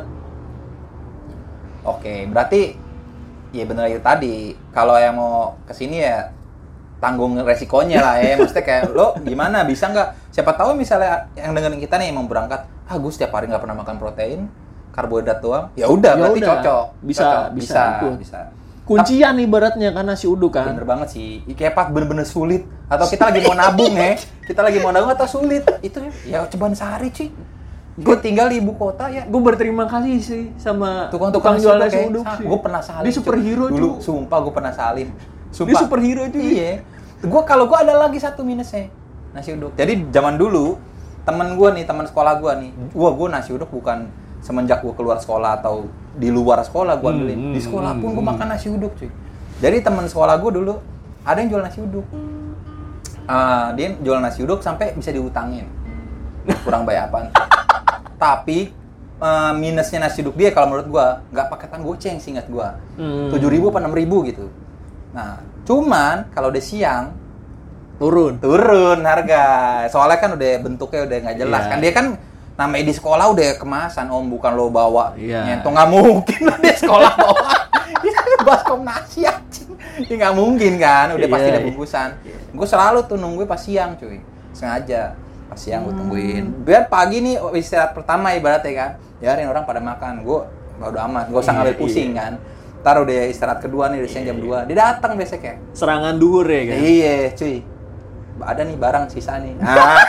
Speaker 1: Oke, berarti ya benar itu tadi. Kalau yang mau kesini ya tanggung resikonya lah ya. Maksudnya kayak lo gimana, bisa nggak? Siapa tahu misalnya yang dengerin kita nih mau berangkat, ah gue setiap hari nggak pernah makan protein, karbohidrat doang. Ya udah,
Speaker 3: Ya
Speaker 1: berarti
Speaker 3: udah.
Speaker 1: cocok.
Speaker 3: Bisa,
Speaker 1: Cocok.
Speaker 3: bisa
Speaker 1: bisa,
Speaker 3: ikut.
Speaker 1: bisa.
Speaker 3: Kuncian ibaratnya kan nasi uduk kan.
Speaker 1: Bener banget sih. Kayak pas bener-bener sulit. Atau kita lagi mau nabung ya. Kita lagi mau nabung atau sulit. Itu ya cobaan sehari cuy. Gue tinggal di ibu kota ya.
Speaker 3: Gue berterima kasih sih sama
Speaker 1: Tukang-tukang
Speaker 3: jual nasi
Speaker 1: kayak,
Speaker 3: uduk
Speaker 1: "Ah,
Speaker 3: sih.
Speaker 1: gue pernah salim.
Speaker 3: Dia
Speaker 1: cuy."
Speaker 3: superhero
Speaker 1: Dulu,
Speaker 3: cuy.
Speaker 1: sumpah gue pernah salim. Sumpah.
Speaker 3: Dia superhero cuy.
Speaker 1: Iya. Gue kalau gue ada lagi satu minusnya. Nasi uduk. Jadi zaman dulu teman gue nih, teman sekolah gue nih. Gue gue nasi uduk bukan semenjak gue keluar sekolah atau di luar sekolah gue
Speaker 3: Hmm,
Speaker 1: beliin.
Speaker 3: hmm,
Speaker 1: Di sekolah pun gue
Speaker 3: hmm.
Speaker 1: makan nasi uduk cuy. Jadi teman sekolah gue dulu ada yang jual nasi uduk. Ah, dia jual nasi uduk sampai bisa diutangin. Kurang bayar apaan. Tapi eh, minusnya nasi uduk dia kalau menurut gua nggak paketan goceng sih, ingat gua.
Speaker 3: Hmm.
Speaker 1: tujuh ribu apa enam ribu gitu. Nah, cuman kalau udah siang
Speaker 3: Turun.
Speaker 1: turun harga. Soalnya kan udah bentuknya udah nggak jelas
Speaker 3: Iya.
Speaker 1: kan. Dia kan namanya di sekolah udah kemasan, om, bukan lo bawa.
Speaker 3: Iya.
Speaker 1: Nyentong nggak mungkin lo di sekolah bawa. Baskom nasi anjing. Ya nggak mungkin kan, udah pasti
Speaker 3: Iya,
Speaker 1: ada
Speaker 3: iya.
Speaker 1: bungkusan. Gue selalu tuh nunggu pas siang cuy. Sengaja. Pas siang gue tungguin. Biar pagi nih istirahat pertama ibaratnya kan. Biarin orang pada makan. Gue udah amat, gak usah
Speaker 3: Iya,
Speaker 1: ngambil pusing
Speaker 3: iya.
Speaker 1: kan. Ntar udah istirahat kedua nih, udah siang jam dua. Dia datang biasanya kayak.
Speaker 3: Serangan duhur ya kan.
Speaker 1: Iya, cuy. Ada nih barang sisa nih. Ah.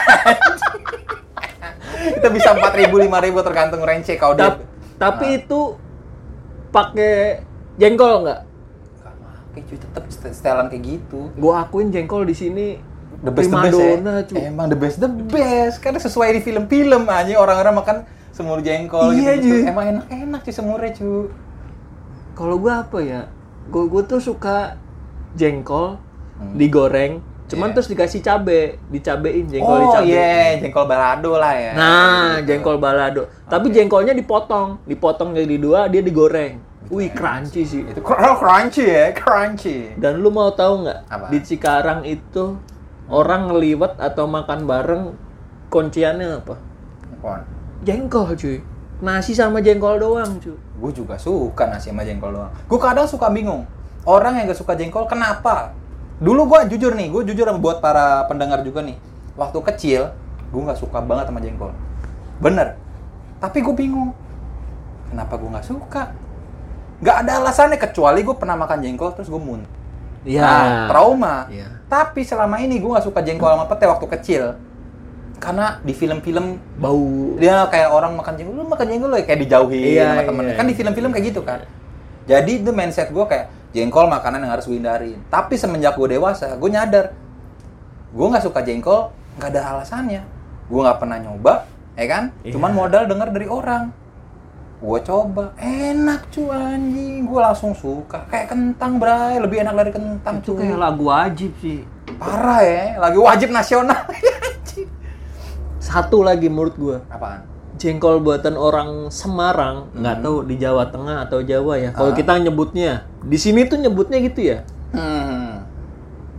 Speaker 1: Kita bisa empat ribu, lima ribu tergantung range kalau dia.
Speaker 3: Tap- tapi itu pakai jengkol nggak?
Speaker 1: Gak pakai cuy, tetap setelan kayak gitu.
Speaker 3: Gue akuin jengkol di sini
Speaker 1: The best the best
Speaker 3: primadona,
Speaker 1: ya.
Speaker 3: cuy.
Speaker 1: Emang the best the best. Karena sesuai di film-film aja orang-orang makan semur jengkol
Speaker 3: Iya,
Speaker 1: gitu.
Speaker 3: cuy.
Speaker 1: Emang enak-enak sih semurnya cuy.
Speaker 3: Kalau gue apa ya? Gue gue tuh suka jengkol
Speaker 1: Hmm.
Speaker 3: digoreng, cuman
Speaker 1: Iya.
Speaker 3: terus dikasih cabe, dicabein jengkol
Speaker 1: Oh
Speaker 3: dicabein.
Speaker 1: iya, jengkol balado lah ya.
Speaker 3: Nah,
Speaker 1: Gitu.
Speaker 3: jengkol balado. Tapi jengkolnya dipotong, dipotong jadi dua, dia digoreng. Wih, crunchy sih.
Speaker 1: Itu cr- oh, crunchy ya, crunchy.
Speaker 3: Dan lu mau tahu nggak?
Speaker 1: Apa?
Speaker 3: Di Cikarang itu orang ngeliwet atau makan bareng kunciannya apa?
Speaker 1: Apaan?
Speaker 3: Jengkol, cuy. Nasi sama jengkol doang, cuy.
Speaker 1: Gue juga suka nasi sama jengkol doang. Gue kadang suka bingung. Orang yang gak suka jengkol, kenapa? Dulu gue jujur nih, gue jujur buat para pendengar juga nih. Waktu kecil, gue gak suka banget sama jengkol. Bener. Tapi gue bingung. Kenapa gue gak suka? Gak ada alasannya, kecuali gue pernah makan jengkol, terus gue muntah.
Speaker 3: Iya.
Speaker 1: Nah, trauma.
Speaker 3: Iya.
Speaker 1: Tapi selama ini gue gak suka jengkol sama pete waktu kecil. Karena di film-film
Speaker 3: Bau.
Speaker 1: dia kayak orang makan jengkol, lu makan jengkol lo kayak dijauhin
Speaker 3: Iya,
Speaker 1: sama temennya.
Speaker 3: iya,
Speaker 1: Kan di
Speaker 3: iya.
Speaker 1: film-film kayak gitu kan. Jadi itu mindset gue kayak jengkol makanan yang harus gue hindarin. Tapi semenjak gue dewasa, gue nyadar gue nggak suka jengkol, nggak ada alasannya. Gue nggak pernah nyoba, ya kan?
Speaker 3: Iya.
Speaker 1: Cuman modal denger dari orang. Gue coba, enak cuy anjing. Gue langsung suka. Kayak kentang bray, lebih enak dari kentang
Speaker 3: Itu
Speaker 1: cuy.
Speaker 3: kayak lagu wajib sih.
Speaker 1: Parah ya, lagi wajib nasional. Anjing.
Speaker 3: Satu lagi menurut gua,
Speaker 1: Apaan?
Speaker 3: jengkol buatan orang Semarang, nggak tahu di Jawa Tengah atau Jawa ya. Kalau
Speaker 1: Ah.
Speaker 3: kita nyebutnya, di sini tuh nyebutnya gitu ya.
Speaker 1: Hmm.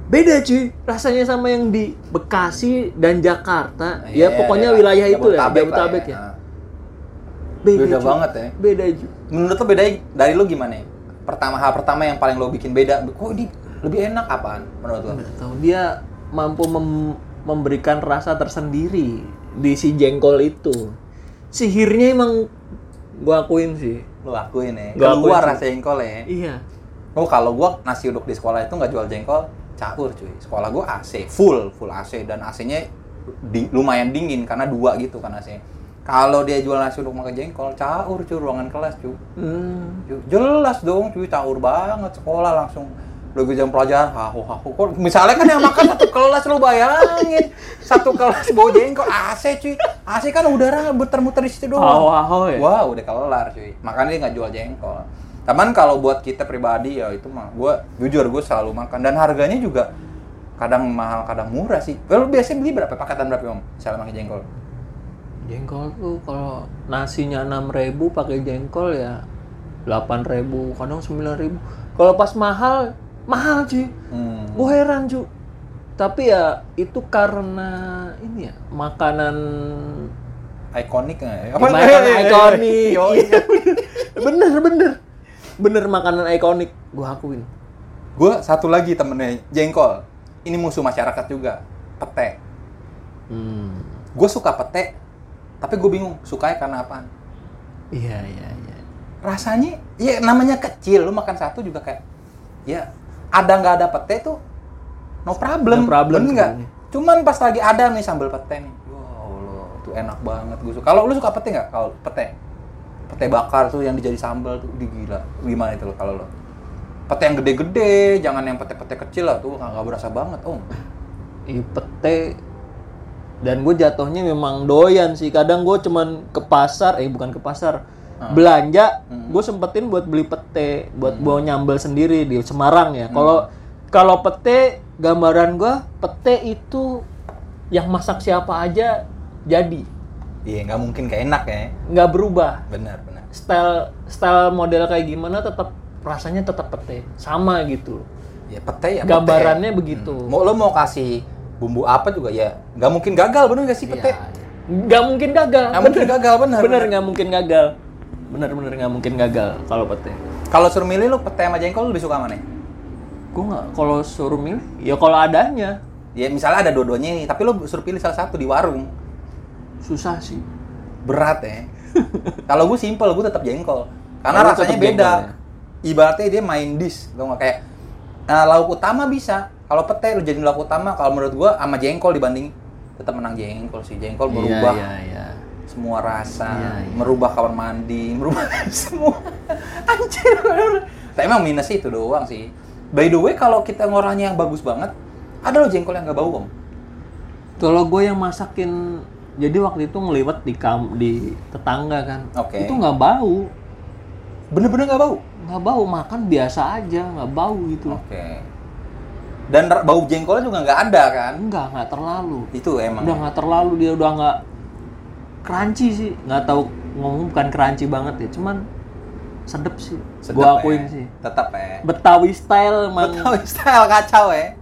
Speaker 3: Beda cuy, rasanya sama yang di Bekasi dan Jakarta.
Speaker 1: Iya,
Speaker 3: ya pokoknya
Speaker 1: iya,
Speaker 3: wilayah itu ya,
Speaker 1: Jabodetabek
Speaker 3: Jabodetabek
Speaker 1: lah
Speaker 3: ya.
Speaker 1: Nah.
Speaker 3: Beda,
Speaker 1: Beda
Speaker 3: cuy.
Speaker 1: banget ya.
Speaker 3: Beda cuy.
Speaker 1: Menurut lo beda dari lo gimana ya? Pertama hal pertama yang paling lo bikin beda, kok ini lebih enak apaan menurut lo?
Speaker 3: Nggak tahu, dia mampu mem- memberikan rasa tersendiri di si jengkol itu. Sihirnya emang gua akuin sih.
Speaker 1: Lo akuin ya.
Speaker 3: Gua
Speaker 1: Keluar
Speaker 3: akuin
Speaker 1: rasa jengkol ya.
Speaker 3: Iya.
Speaker 1: Oh kalau gua nasi uduk di sekolah itu nggak jual jengkol, caur cuy. Sekolah gua A C, full, full A C dan A C-nya di, lumayan dingin karena dua gitu kan A C. Kalau dia jual nasi uduk pakai jengkol, caur cuy ruangan kelas cuy.
Speaker 3: Hmm.
Speaker 1: Jelas dong cuy, caur banget sekolah langsung. Lagi jam pelajaran, hahu hahu. Kok misalnya kan yang makan satu kelas lu bayangin. Satu kelas bawa jengkol A C cuy. A C kan udara muter-muter di situ doang.
Speaker 3: Haho-haho ya.
Speaker 1: Wah, udah kelar cuy. Makanya dia nggak jual jengkol. Cuman kalau buat kita pribadi ya itu mah gua jujur gue selalu makan dan harganya juga kadang mahal, kadang murah sih. Lu biasanya beli berapa? Paketan berapa, Om? Misalnya pakai jengkol.
Speaker 3: Jengkol tuh kalau nasinya enam ribu pakai jengkol ya delapan ribu, kadang sembilan ribu. Kalau pas mahal, mahal cuy.
Speaker 1: Hmm.
Speaker 3: Gue heran cuy. Tapi ya itu karena ini ya makanan
Speaker 1: Ikonik nggak ya?
Speaker 3: makanan ikonik.
Speaker 1: Yo,
Speaker 3: Iya, bener bener bener makanan ikonik. Gue akuin.
Speaker 1: gue satu lagi temennya jengkol. Ini musuh masyarakat juga. Pete.
Speaker 3: Hmm.
Speaker 1: Gue suka pete, tapi gue bingung sukanya karena apaan.
Speaker 3: Iya iya iya.
Speaker 1: Rasanya, ya namanya kecil, lu makan satu juga kayak, ya ada nggak ada pete tuh, no problem,
Speaker 3: No problem
Speaker 1: bener nggak?
Speaker 3: sebenarnya.
Speaker 1: Cuman pas lagi ada nih sambal pete nih, wow, Allah, tuh enak banget gue suka. Kalau lu suka pete nggak? Kalau pete, pete bakar tuh yang dijadi sambal tuh, di gila. Gimana itu lo kalau lo? Pete yang gede-gede, jangan yang pete-pete kecil lah tuh, nggak berasa banget, om.
Speaker 3: Ih, pete. Dan gue jatuhnya memang doyan sih. Kadang gue cuman ke pasar, eh bukan ke pasar,
Speaker 1: Hmm.
Speaker 3: belanja.
Speaker 1: Hmm.
Speaker 3: Gue sempetin buat beli pete, buat bawa nyambel sendiri di Semarang ya. Kalau kalau pete, gambaran gue pete itu yang masak siapa aja jadi,
Speaker 1: Iya, nggak mungkin kayak enak ya.
Speaker 3: nggak berubah.
Speaker 1: Benar, benar.
Speaker 3: Style style model kayak gimana tetap rasanya tetap pete, sama gitu.
Speaker 1: Ya pete ya.
Speaker 3: Gambarannya
Speaker 1: pete.
Speaker 3: begitu.
Speaker 1: Hmm. Mau lo mau kasih bumbu apa juga ya, nggak mungkin gagal, bener nggak sih pete?
Speaker 3: Iya, iya. Nggak mungkin gagal.
Speaker 1: Nggak mungkin gagal, bener.
Speaker 3: Bener nggak mungkin gagal. Bener-bener nggak mungkin gagal kalau pete.
Speaker 1: Kalau suruh milih lo pete sama jengkol lo lebih suka mana?
Speaker 3: Gue nggak, kalau suruh milih, ya kalau adanya.
Speaker 1: Ya misalnya ada dua-duanya nih, tapi lo suruh pilih salah satu di warung,
Speaker 3: Susah sih.
Speaker 1: berat ya. Kalau gue simple, gue tetap jengkol, karena
Speaker 3: Kalau lu
Speaker 1: rasanya
Speaker 3: tetap
Speaker 1: beda.
Speaker 3: jengkol, ya?
Speaker 1: Ibaratnya dia main dish, lo nggak kayak nah, lauk utama bisa. Kalau pete lo jadi lauk utama, kalau menurut gue sama jengkol dibanding, tetap menang jengkol sih. Jengkol berubah
Speaker 3: Iya, iya, iya.
Speaker 1: semua rasa,
Speaker 3: Iya, iya.
Speaker 1: merubah kamar mandi, merubah semua. Anjir. Tapi emang minus itu doang sih. By the way, kalau kita ngorangnya yang bagus banget, ada loh jengkol yang nggak bau, Om.
Speaker 3: Kalau gue yang masakin, jadi waktu itu ngeliwat di kam di tetangga kan.
Speaker 1: Oke.
Speaker 3: Itu nggak bau,
Speaker 1: Bener-bener nggak bau?
Speaker 3: nggak bau, makan biasa aja, nggak bau gitu.
Speaker 1: Oke. Dan ra- bau jengkolnya juga nggak ada kan?
Speaker 3: Enggak, nggak terlalu.
Speaker 1: Itu emang.
Speaker 3: Udah nggak terlalu, dia udah nggak crunchy sih. Nggak tahu ngomong bukan crunchy banget ya, cuman sedep sih.
Speaker 1: Sedep
Speaker 3: Gue
Speaker 1: ya.
Speaker 3: akuin sih.
Speaker 1: Tetap ya.
Speaker 3: Betawi style emang.
Speaker 1: Betawi style kacau ya.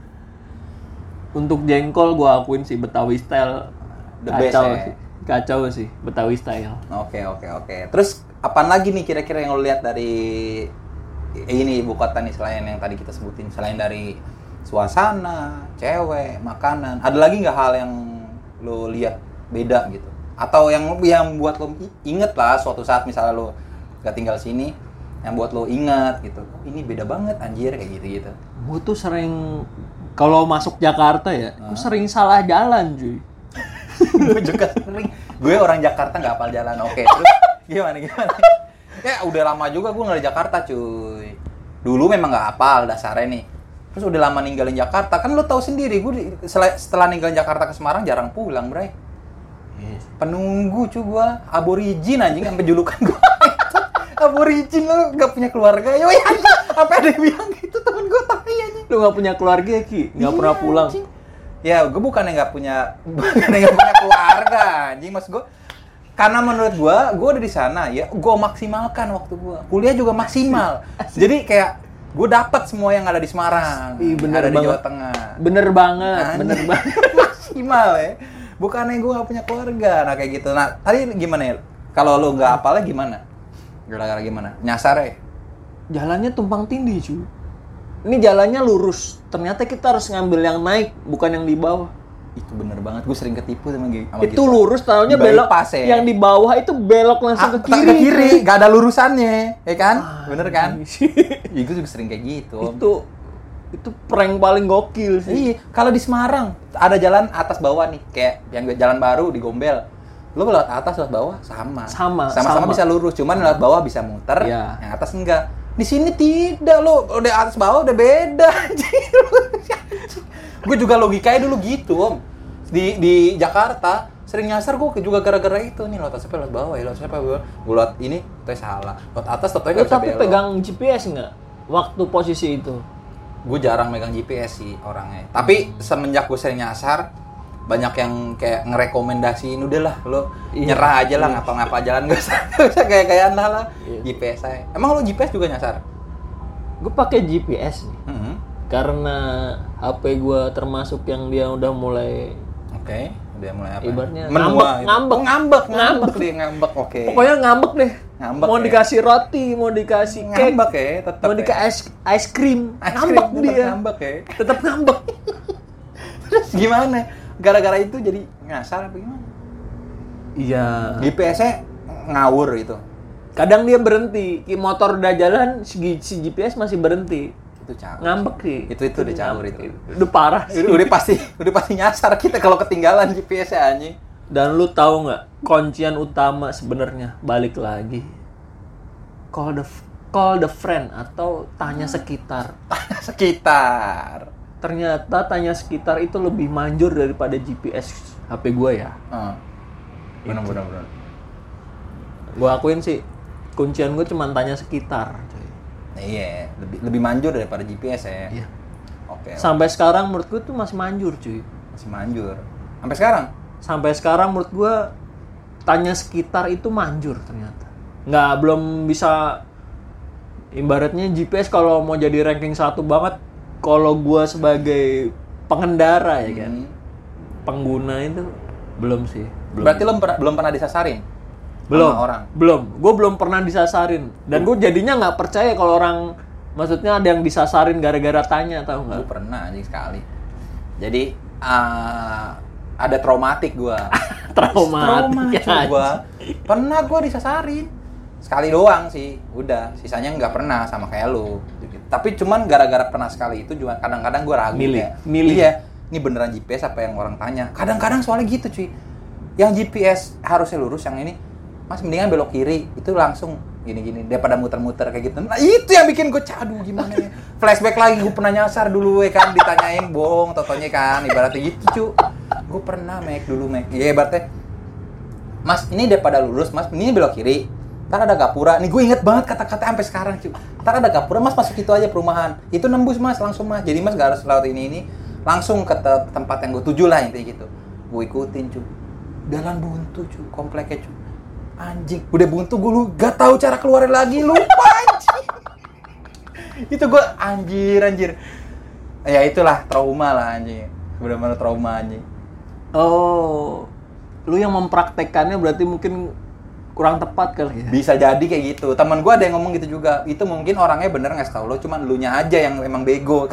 Speaker 3: Untuk jengkol gue akuin sih Betawi style
Speaker 1: The best,
Speaker 3: kacau
Speaker 1: ya?
Speaker 3: sih. Kacau sih Betawi style.
Speaker 1: Oke oke oke. Terus apaan lagi nih kira-kira yang lo lihat dari ini ibu kota nih selain yang tadi kita sebutin, selain dari suasana, cewek, makanan, ada lagi nggak hal yang lo lihat beda gitu? Atau yang yang buat lo inget lah suatu saat misalnya lo gak tinggal sini, yang buat lo ingat gitu, oh, ini beda banget anjir kayak gitu gitu.
Speaker 3: Gue tuh sering kalau masuk Jakarta ya, gue sering salah jalan cuy.
Speaker 1: Gue juga sering. Gue orang Jakarta nggak hafal jalan. Oke, terus gimana gimana? Ya udah lama juga gue nggak di Jakarta cuy. Dulu memang nggak hafal dasarnya nih. Terus udah lama ninggalin Jakarta. Kan lo tahu sendiri, gue di- sel- setelah ninggalin Jakarta ke Semarang jarang pulang, bray. Penunggu cuy gue, aborigin anjing sampai julukan gue. Aborigin lo nggak punya keluarga. Yo ya, sampai ada yang bilang gitu temen gue tapi anjing.
Speaker 3: Lu nggak punya keluarga ya, Ki? Nggak
Speaker 1: Iya,
Speaker 3: pernah pulang.
Speaker 1: anjing. Ya, gue bukannya nggak punya, bukannya nggak punya keluarga, anjing mas gue. Karena menurut gue, gue udah di sana, ya gue maksimalkan waktu gue. Kuliah juga maksimal. Jadi kayak gue dapat semua yang ada di Semarang,
Speaker 3: Ih, bener
Speaker 1: ada di
Speaker 3: banget.
Speaker 1: Jawa Tengah.
Speaker 3: Bener banget,
Speaker 1: Anjing.
Speaker 3: bener banget.
Speaker 1: Maksimal ya. Bukannya gue gak punya keluarga, nah kayak gitu. Nah tadi gimana ya? Kalau lu nggak apalnya gimana? Gara-gara gimana? Nyasar ya?
Speaker 3: Jalannya tumpang tindih cuy. Ini jalannya lurus, ternyata kita harus ngambil yang naik, bukan yang di bawah.
Speaker 1: Itu bener banget, gue sering ketipu sama, sama
Speaker 3: Itu
Speaker 1: kita.
Speaker 3: lurus, taunya
Speaker 1: Di
Speaker 3: belok.
Speaker 1: bypass ya.
Speaker 3: Yang di bawah itu belok langsung
Speaker 1: Ah,
Speaker 3: ke kiri.
Speaker 1: ke kiri, gak ada lurusannya, ya kan?
Speaker 3: Ah,
Speaker 1: Bener kan?
Speaker 3: iya.
Speaker 1: Iya, gue juga sering kayak gitu. Om.
Speaker 3: Itu itu prank paling gokil sih.
Speaker 1: Iya, kalau di Semarang ada jalan atas bawah nih, kayak yang jalan baru di Gombel. Lu lewat atas lewat bawah sama.
Speaker 3: Sama,
Speaker 1: Sama-sama
Speaker 3: sama.
Speaker 1: bisa lurus, cuman lewat bawah bisa muter,
Speaker 3: Iya.
Speaker 1: yang atas enggak. Di sini tidak, lo udah atas bawah udah beda. Gue juga logikanya dulu gitu, Om. Di di Jakarta sering nyasar gue juga gara-gara itu nih, lewat atas lewat bawah ya, lewat siapa gue lewat ini tuh salah, lewat atas tuh
Speaker 3: Lu
Speaker 1: nggak bisa
Speaker 3: tapi
Speaker 1: belok.
Speaker 3: pegang G P S nggak waktu posisi itu?
Speaker 1: Gue jarang megang G P S sih orangnya. Tapi semenjak gue sering nyasar, banyak yang kayak ngerekomendasiin udahlah lo
Speaker 3: Iya,
Speaker 1: nyerah aja lah,
Speaker 3: iya.
Speaker 1: ngapa-ngapa jalan gak usah, gak usah kayak-kayak anda lah.
Speaker 3: Iya.
Speaker 1: G P S aja. Emang lo G P S juga nyasar?
Speaker 3: Gue pakai G P S nih.
Speaker 1: Mhm.
Speaker 3: Karena H P gue termasuk yang dia udah mulai
Speaker 1: Oke, udah mulai apa?
Speaker 3: Ibaratnya
Speaker 1: Menua
Speaker 3: ngambek,
Speaker 1: gitu.
Speaker 3: ngambek.
Speaker 1: Oh, ngambek, ngambek
Speaker 3: Ngambek.
Speaker 1: dia ngambek. Oke.
Speaker 3: pokoknya ngambek deh.
Speaker 1: Ngambek
Speaker 3: mau
Speaker 1: ya.
Speaker 3: dikasih roti, mau dikasih cake,
Speaker 1: ngambek ya, tetap.
Speaker 3: mau dikasih es ice cream,
Speaker 1: Ice
Speaker 3: ngambek
Speaker 1: cream, tetap
Speaker 3: dia.
Speaker 1: ngambek ya.
Speaker 3: Tetap ngambek.
Speaker 1: Terus gimana? Gara-gara itu jadi nyasar apa gimana?
Speaker 3: Iya.
Speaker 1: G P S-nya ngawur gitu.
Speaker 3: Kadang dia berhenti, Ki motor udah jalan, si si G P S masih berhenti.
Speaker 1: Itu caur.
Speaker 3: Ngambek sih.
Speaker 1: Itu itu udah caur
Speaker 3: ngambek.
Speaker 1: itu.
Speaker 3: Udah parah sih.
Speaker 1: Udah, udah pasti udah pasti nyasar kita kalau ketinggalan G P S-nya anjing.
Speaker 3: Dan lu tahu nggak kuncian utama sebenarnya balik lagi call the call the friend atau tanya sekitar.
Speaker 1: Sekitar.
Speaker 3: Ternyata tanya sekitar itu lebih manjur daripada G P S H P gua ya.
Speaker 1: Heeh. Benar benar benar.
Speaker 3: Gua akuin sih kuncian gua cuma tanya sekitar. Coy.
Speaker 1: Nah, iya, lebih lebih manjur daripada G P S ya.
Speaker 3: Iya.
Speaker 1: Oke.
Speaker 3: Sampai sekarang menurut gua tuh masih manjur cuy.
Speaker 1: Masih manjur. Sampai sekarang.
Speaker 3: Sampai sekarang menurut gua tanya sekitar itu manjur ternyata. Nggak belum bisa ibaratnya G P S kalau mau jadi ranking satu banget kalau gua sebagai pengendara ya kan.
Speaker 1: Hmm.
Speaker 3: Pengguna itu belum sih. Belum.
Speaker 1: Berarti lo per- belum pernah disasarin?
Speaker 3: belum
Speaker 1: Sama orang.
Speaker 3: Belum. Gue belum pernah disasarin dan gue jadinya nggak percaya kalau orang maksudnya ada yang disasarin gara-gara tanya tahu nggak?
Speaker 1: Gue pernah anjing sekali. Jadi uh, ada traumatik gua.
Speaker 3: Traumatik
Speaker 1: Trauma
Speaker 3: ya,
Speaker 1: cuy gua. Pernah gua disasarin. Sekali doang sih, udah. Sisanya nggak pernah sama kayak lu. Gitu. Tapi cuman gara-gara pernah sekali itu juga kadang-kadang gua ragu
Speaker 3: Milih,
Speaker 1: ya.
Speaker 3: milih.
Speaker 1: Iya, ini beneran G P S apa yang orang tanya. Kadang-kadang soalnya gitu cuy. Yang G P S harusnya lurus, yang ini Mas mendingan belok kiri, itu langsung gini-gini daripada muter-muter kayak gitu. Nah, itu yang bikin gue caduh gimana ya. Flashback lagi gue pernah nyasar dulu ya kan, ditanyain bohong totonya kan, ibaratnya gitu cu. Gue pernah mek dulu mek. Iya ibaratnya Mas, ini daripada lurus, Mas, ini belok kiri. Ntar ada gapura. Nih gue inget banget kata-kata sampai sekarang cu. Ntar ada gapura, Mas masuk itu aja perumahan. Itu nembus Mas, langsung Mas. Jadi Mas gak harus lewat ini ini, langsung ke te- tempat yang gue tuju lah intinya gitu. Gue ikutin cu. Jalan buntu cu, kompleknya cu. Anjing, udah buntu gue lu gak tahu cara keluarin lagi, lupa anjing. Itu gue anjir anjir. Ya itulah trauma lah anjing. Benar-benar trauma anjing.
Speaker 3: Oh, lu yang mempraktekkannya berarti mungkin kurang tepat kali ya?
Speaker 1: Bisa jadi kayak gitu. Teman gue ada yang ngomong gitu juga. Itu mungkin orangnya bener ngasih tau lo, cuman elunya aja yang emang bego.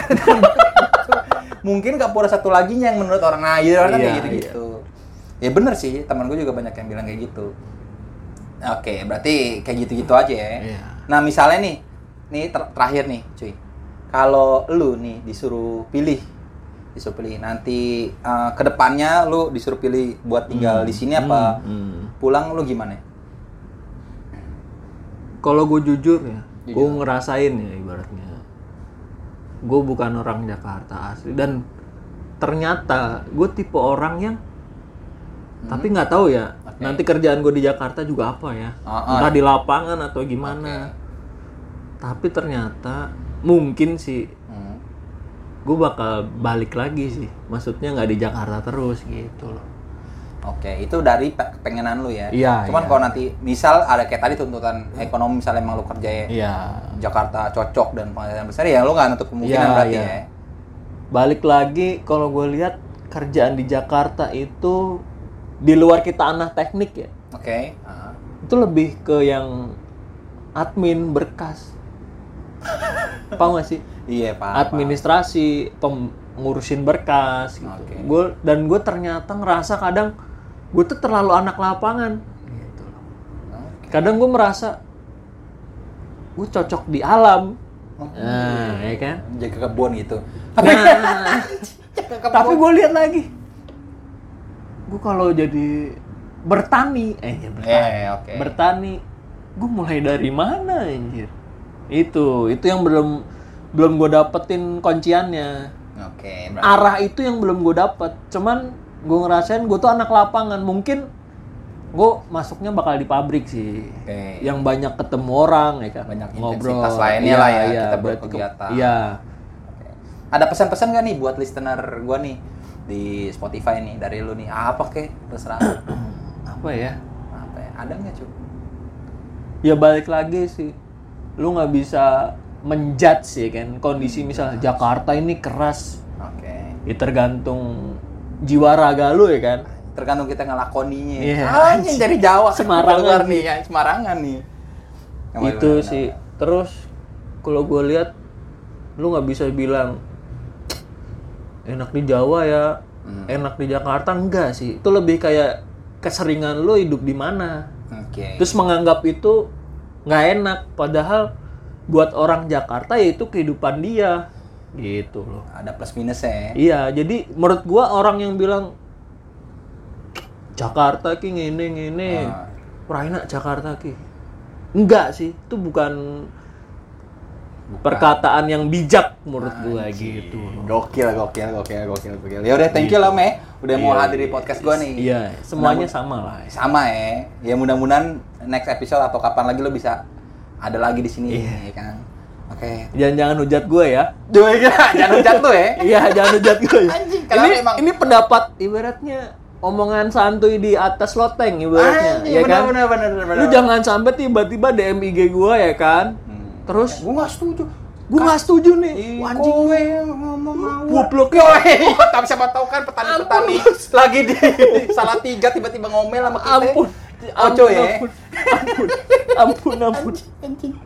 Speaker 1: Mungkin kapura satu lagi yang menurut orang lain kan
Speaker 3: Iya,
Speaker 1: kayak gitu-gitu. Ya bener sih, teman gue juga banyak yang bilang kayak gitu. Oke, berarti kayak gitu-gitu aja ya.
Speaker 3: Iya.
Speaker 1: Nah, misalnya nih, nih ter- terakhir nih, cuy. Kalau lu nih disuruh pilih, disuruh pilih nanti uh, ke depannya lu disuruh pilih buat tinggal
Speaker 3: Hmm,
Speaker 1: di sini apa
Speaker 3: hmm, hmm.
Speaker 1: pulang, lu gimana?
Speaker 3: Kalau gue jujur ya, gue
Speaker 1: Jujur.
Speaker 3: ngerasain ya ibaratnya. Gue bukan orang Jakarta asli dan ternyata gue tipe orang yang tapi nggak tahu ya.
Speaker 1: Oke.
Speaker 3: Nanti kerjaan gue di Jakarta juga apa ya?
Speaker 1: Oh, oh.
Speaker 3: Entah di lapangan atau gimana. Tapi ternyata mungkin sih
Speaker 1: Hmm.
Speaker 3: gue bakal balik lagi sih. Maksudnya nggak di Jakarta terus gitu loh.
Speaker 1: Oke, itu dari pe- pengenan lu ya.
Speaker 3: Iya,
Speaker 1: Cuman
Speaker 3: iya.
Speaker 1: kalau nanti misal ada kayak tadi tuntutan ekonomi misalnya emang lu kerja ya
Speaker 3: Iya.
Speaker 1: Jakarta cocok dan penghasilan besar ya lu nggak nutup kemungkinan
Speaker 3: Iya,
Speaker 1: berarti
Speaker 3: iya.
Speaker 1: ya.
Speaker 3: Balik lagi kalau gue lihat kerjaan di Jakarta itu di luar kita anak teknik ya.
Speaker 1: Oke. ah.
Speaker 3: Itu lebih ke yang admin berkas. Paham gak sih?
Speaker 1: Iya, Pak.
Speaker 3: Administrasi, pem- ngurusin berkas gitu.
Speaker 1: Oke.
Speaker 3: Gua dan gue ternyata ngerasa kadang gue tuh terlalu anak lapangan gitu loh. Kadang gue merasa gue cocok di alam. Nah, ya kan?
Speaker 1: Jaga kebun gitu.
Speaker 3: Nah, tapi gue lihat lagi, gue kalau jadi bertani, eh ya bertani,
Speaker 1: Eh, oke.
Speaker 3: bertani, gue mulai dari mana anjir? Itu, itu yang belum belum gue dapetin kunciannya.
Speaker 1: Oke, berarti
Speaker 3: Arah itu yang belum gue dapet. Cuman gue ngerasain gue tuh anak lapangan. Mungkin gue masuknya bakal di pabrik sih,
Speaker 1: Oke.
Speaker 3: yang banyak ketemu orang, ya kan?
Speaker 1: Banyak
Speaker 3: ngobrol.
Speaker 1: intensitas lainnya
Speaker 3: Iya,
Speaker 1: lah ya,
Speaker 3: iya,
Speaker 1: kita
Speaker 3: berarti ke-
Speaker 1: berkegiatan.
Speaker 3: Iya.
Speaker 1: Oke. Ada pesan-pesan nggak nih buat listener gua nih di Spotify nih dari lu nih? Apa kek? Terserah.
Speaker 3: Apa ya?
Speaker 1: Apa ya? Ada nggak cuy?
Speaker 3: Ya balik lagi sih, lu nggak bisa menjudge sih kan kondisi misalnya Jakarta ini keras,
Speaker 1: Oke.
Speaker 3: ya tergantung jiwa raga lu ya kan.
Speaker 1: Tergantung kita ngelakoninya.
Speaker 3: Iya.
Speaker 1: Anjing dari Jawa
Speaker 3: Semarangan
Speaker 1: keluar
Speaker 3: sih.
Speaker 1: nih, ya, Semarangan nih. Yang
Speaker 3: Itu
Speaker 1: bener-bener.
Speaker 3: sih. Terus kalau gue lihat, lu nggak bisa bilang enak di Jawa ya,
Speaker 1: Hmm.
Speaker 3: enak di Jakarta, enggak sih. Itu lebih kayak keseringan lu hidup di mana.
Speaker 1: Oke.
Speaker 3: Terus menganggap itu nggak enak, padahal buat orang Jakarta ya itu kehidupan dia, gitu loh.
Speaker 1: Ada plus minusnya.
Speaker 3: Iya, jadi menurut gua orang yang bilang Jakarta ki ngene ngene,
Speaker 1: Ah.
Speaker 3: ora enak Jakarta ki. Enggak sih, itu bukan perkataan yang bijak menurut gua gitu.
Speaker 1: Gokil, gokil, gokil, gokil, gokil. Ya udah, thank you lah, Me. Udah mau
Speaker 3: Iya,
Speaker 1: hadir di podcast gua nih.
Speaker 3: Iya, semuanya
Speaker 1: Mudah-
Speaker 3: sama lah.
Speaker 1: Sama ya. Ya mudah-mudahan next episode atau kapan lagi lo bisa ada lagi di sini,
Speaker 3: Iya.
Speaker 1: ya kan. Oke.
Speaker 3: Jangan-jangan hujat gua ya.
Speaker 1: Duh, ya, jangan hujat tuh ya.
Speaker 3: Iya, jangan hujat gua ya.
Speaker 1: Anjing, kenapa
Speaker 3: ini
Speaker 1: emang?
Speaker 3: ini pendapat ibaratnya omongan santuy di atas loteng ibaratnya,
Speaker 1: Anjing,
Speaker 3: ya
Speaker 1: bener,
Speaker 3: kan?
Speaker 1: bener, bener, bener.
Speaker 3: Lu jangan sampai tiba-tiba D M I G gua ya kan.
Speaker 1: Hmm.
Speaker 3: Terus
Speaker 1: Gua nggak setuju.
Speaker 3: gua nggak setuju nih.
Speaker 1: Ih,
Speaker 3: Anjing
Speaker 1: gue
Speaker 3: lu.
Speaker 1: ngomong ngawur.
Speaker 3: Goblok.
Speaker 1: Yoi, tapi siapa tahu kan petani-petani lagi di salah tiga tiba-tiba ngomel sama kita.
Speaker 3: Ampun.
Speaker 1: Oco ya.
Speaker 3: Ampun. Ampun. Ampun, ampun.